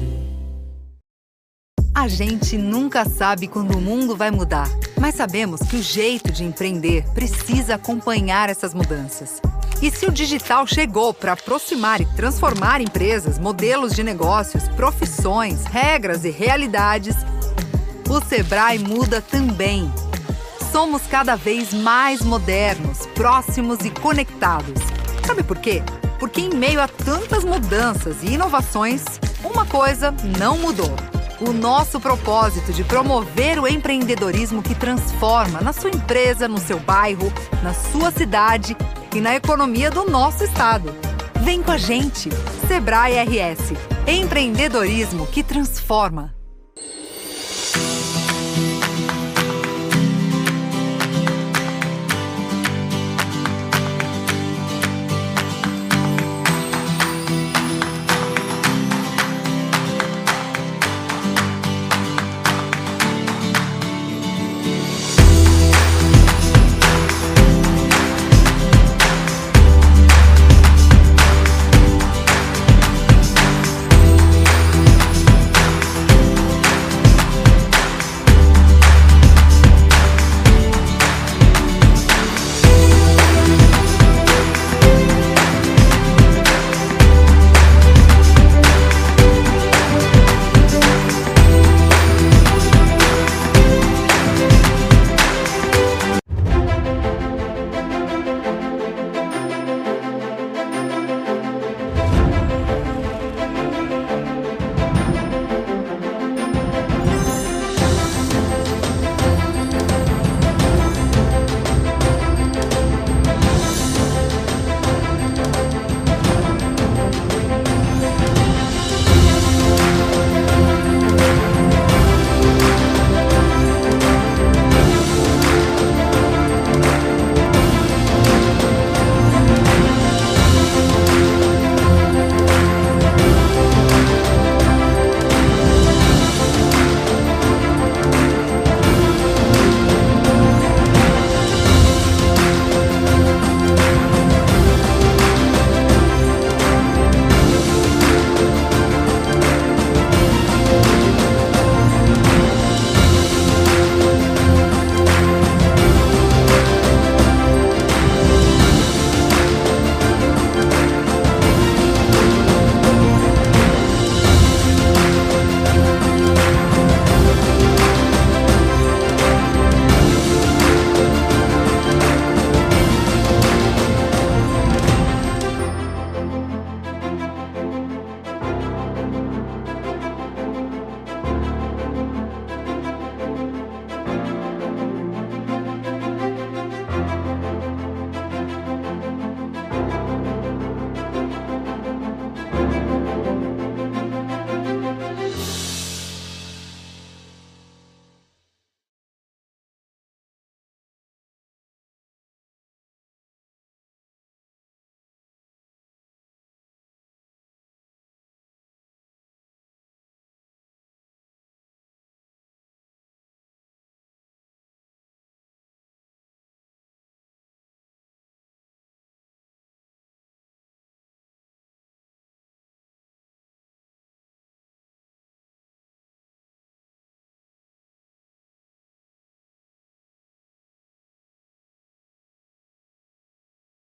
A gente nunca sabe quando o mundo vai mudar, mas sabemos que o jeito de empreender precisa acompanhar essas mudanças. E se o digital chegou para aproximar e transformar empresas, modelos de negócios, profissões, regras e realidades, o Sebrae muda também. Somos cada vez mais modernos, próximos e conectados. Sabe por quê? Porque em meio a tantas mudanças e inovações, uma coisa não mudou. O nosso propósito de promover o empreendedorismo que transforma na sua empresa, no seu bairro, na sua cidade e na economia do nosso estado. Vem com a gente! Sebrae R S. Empreendedorismo que transforma.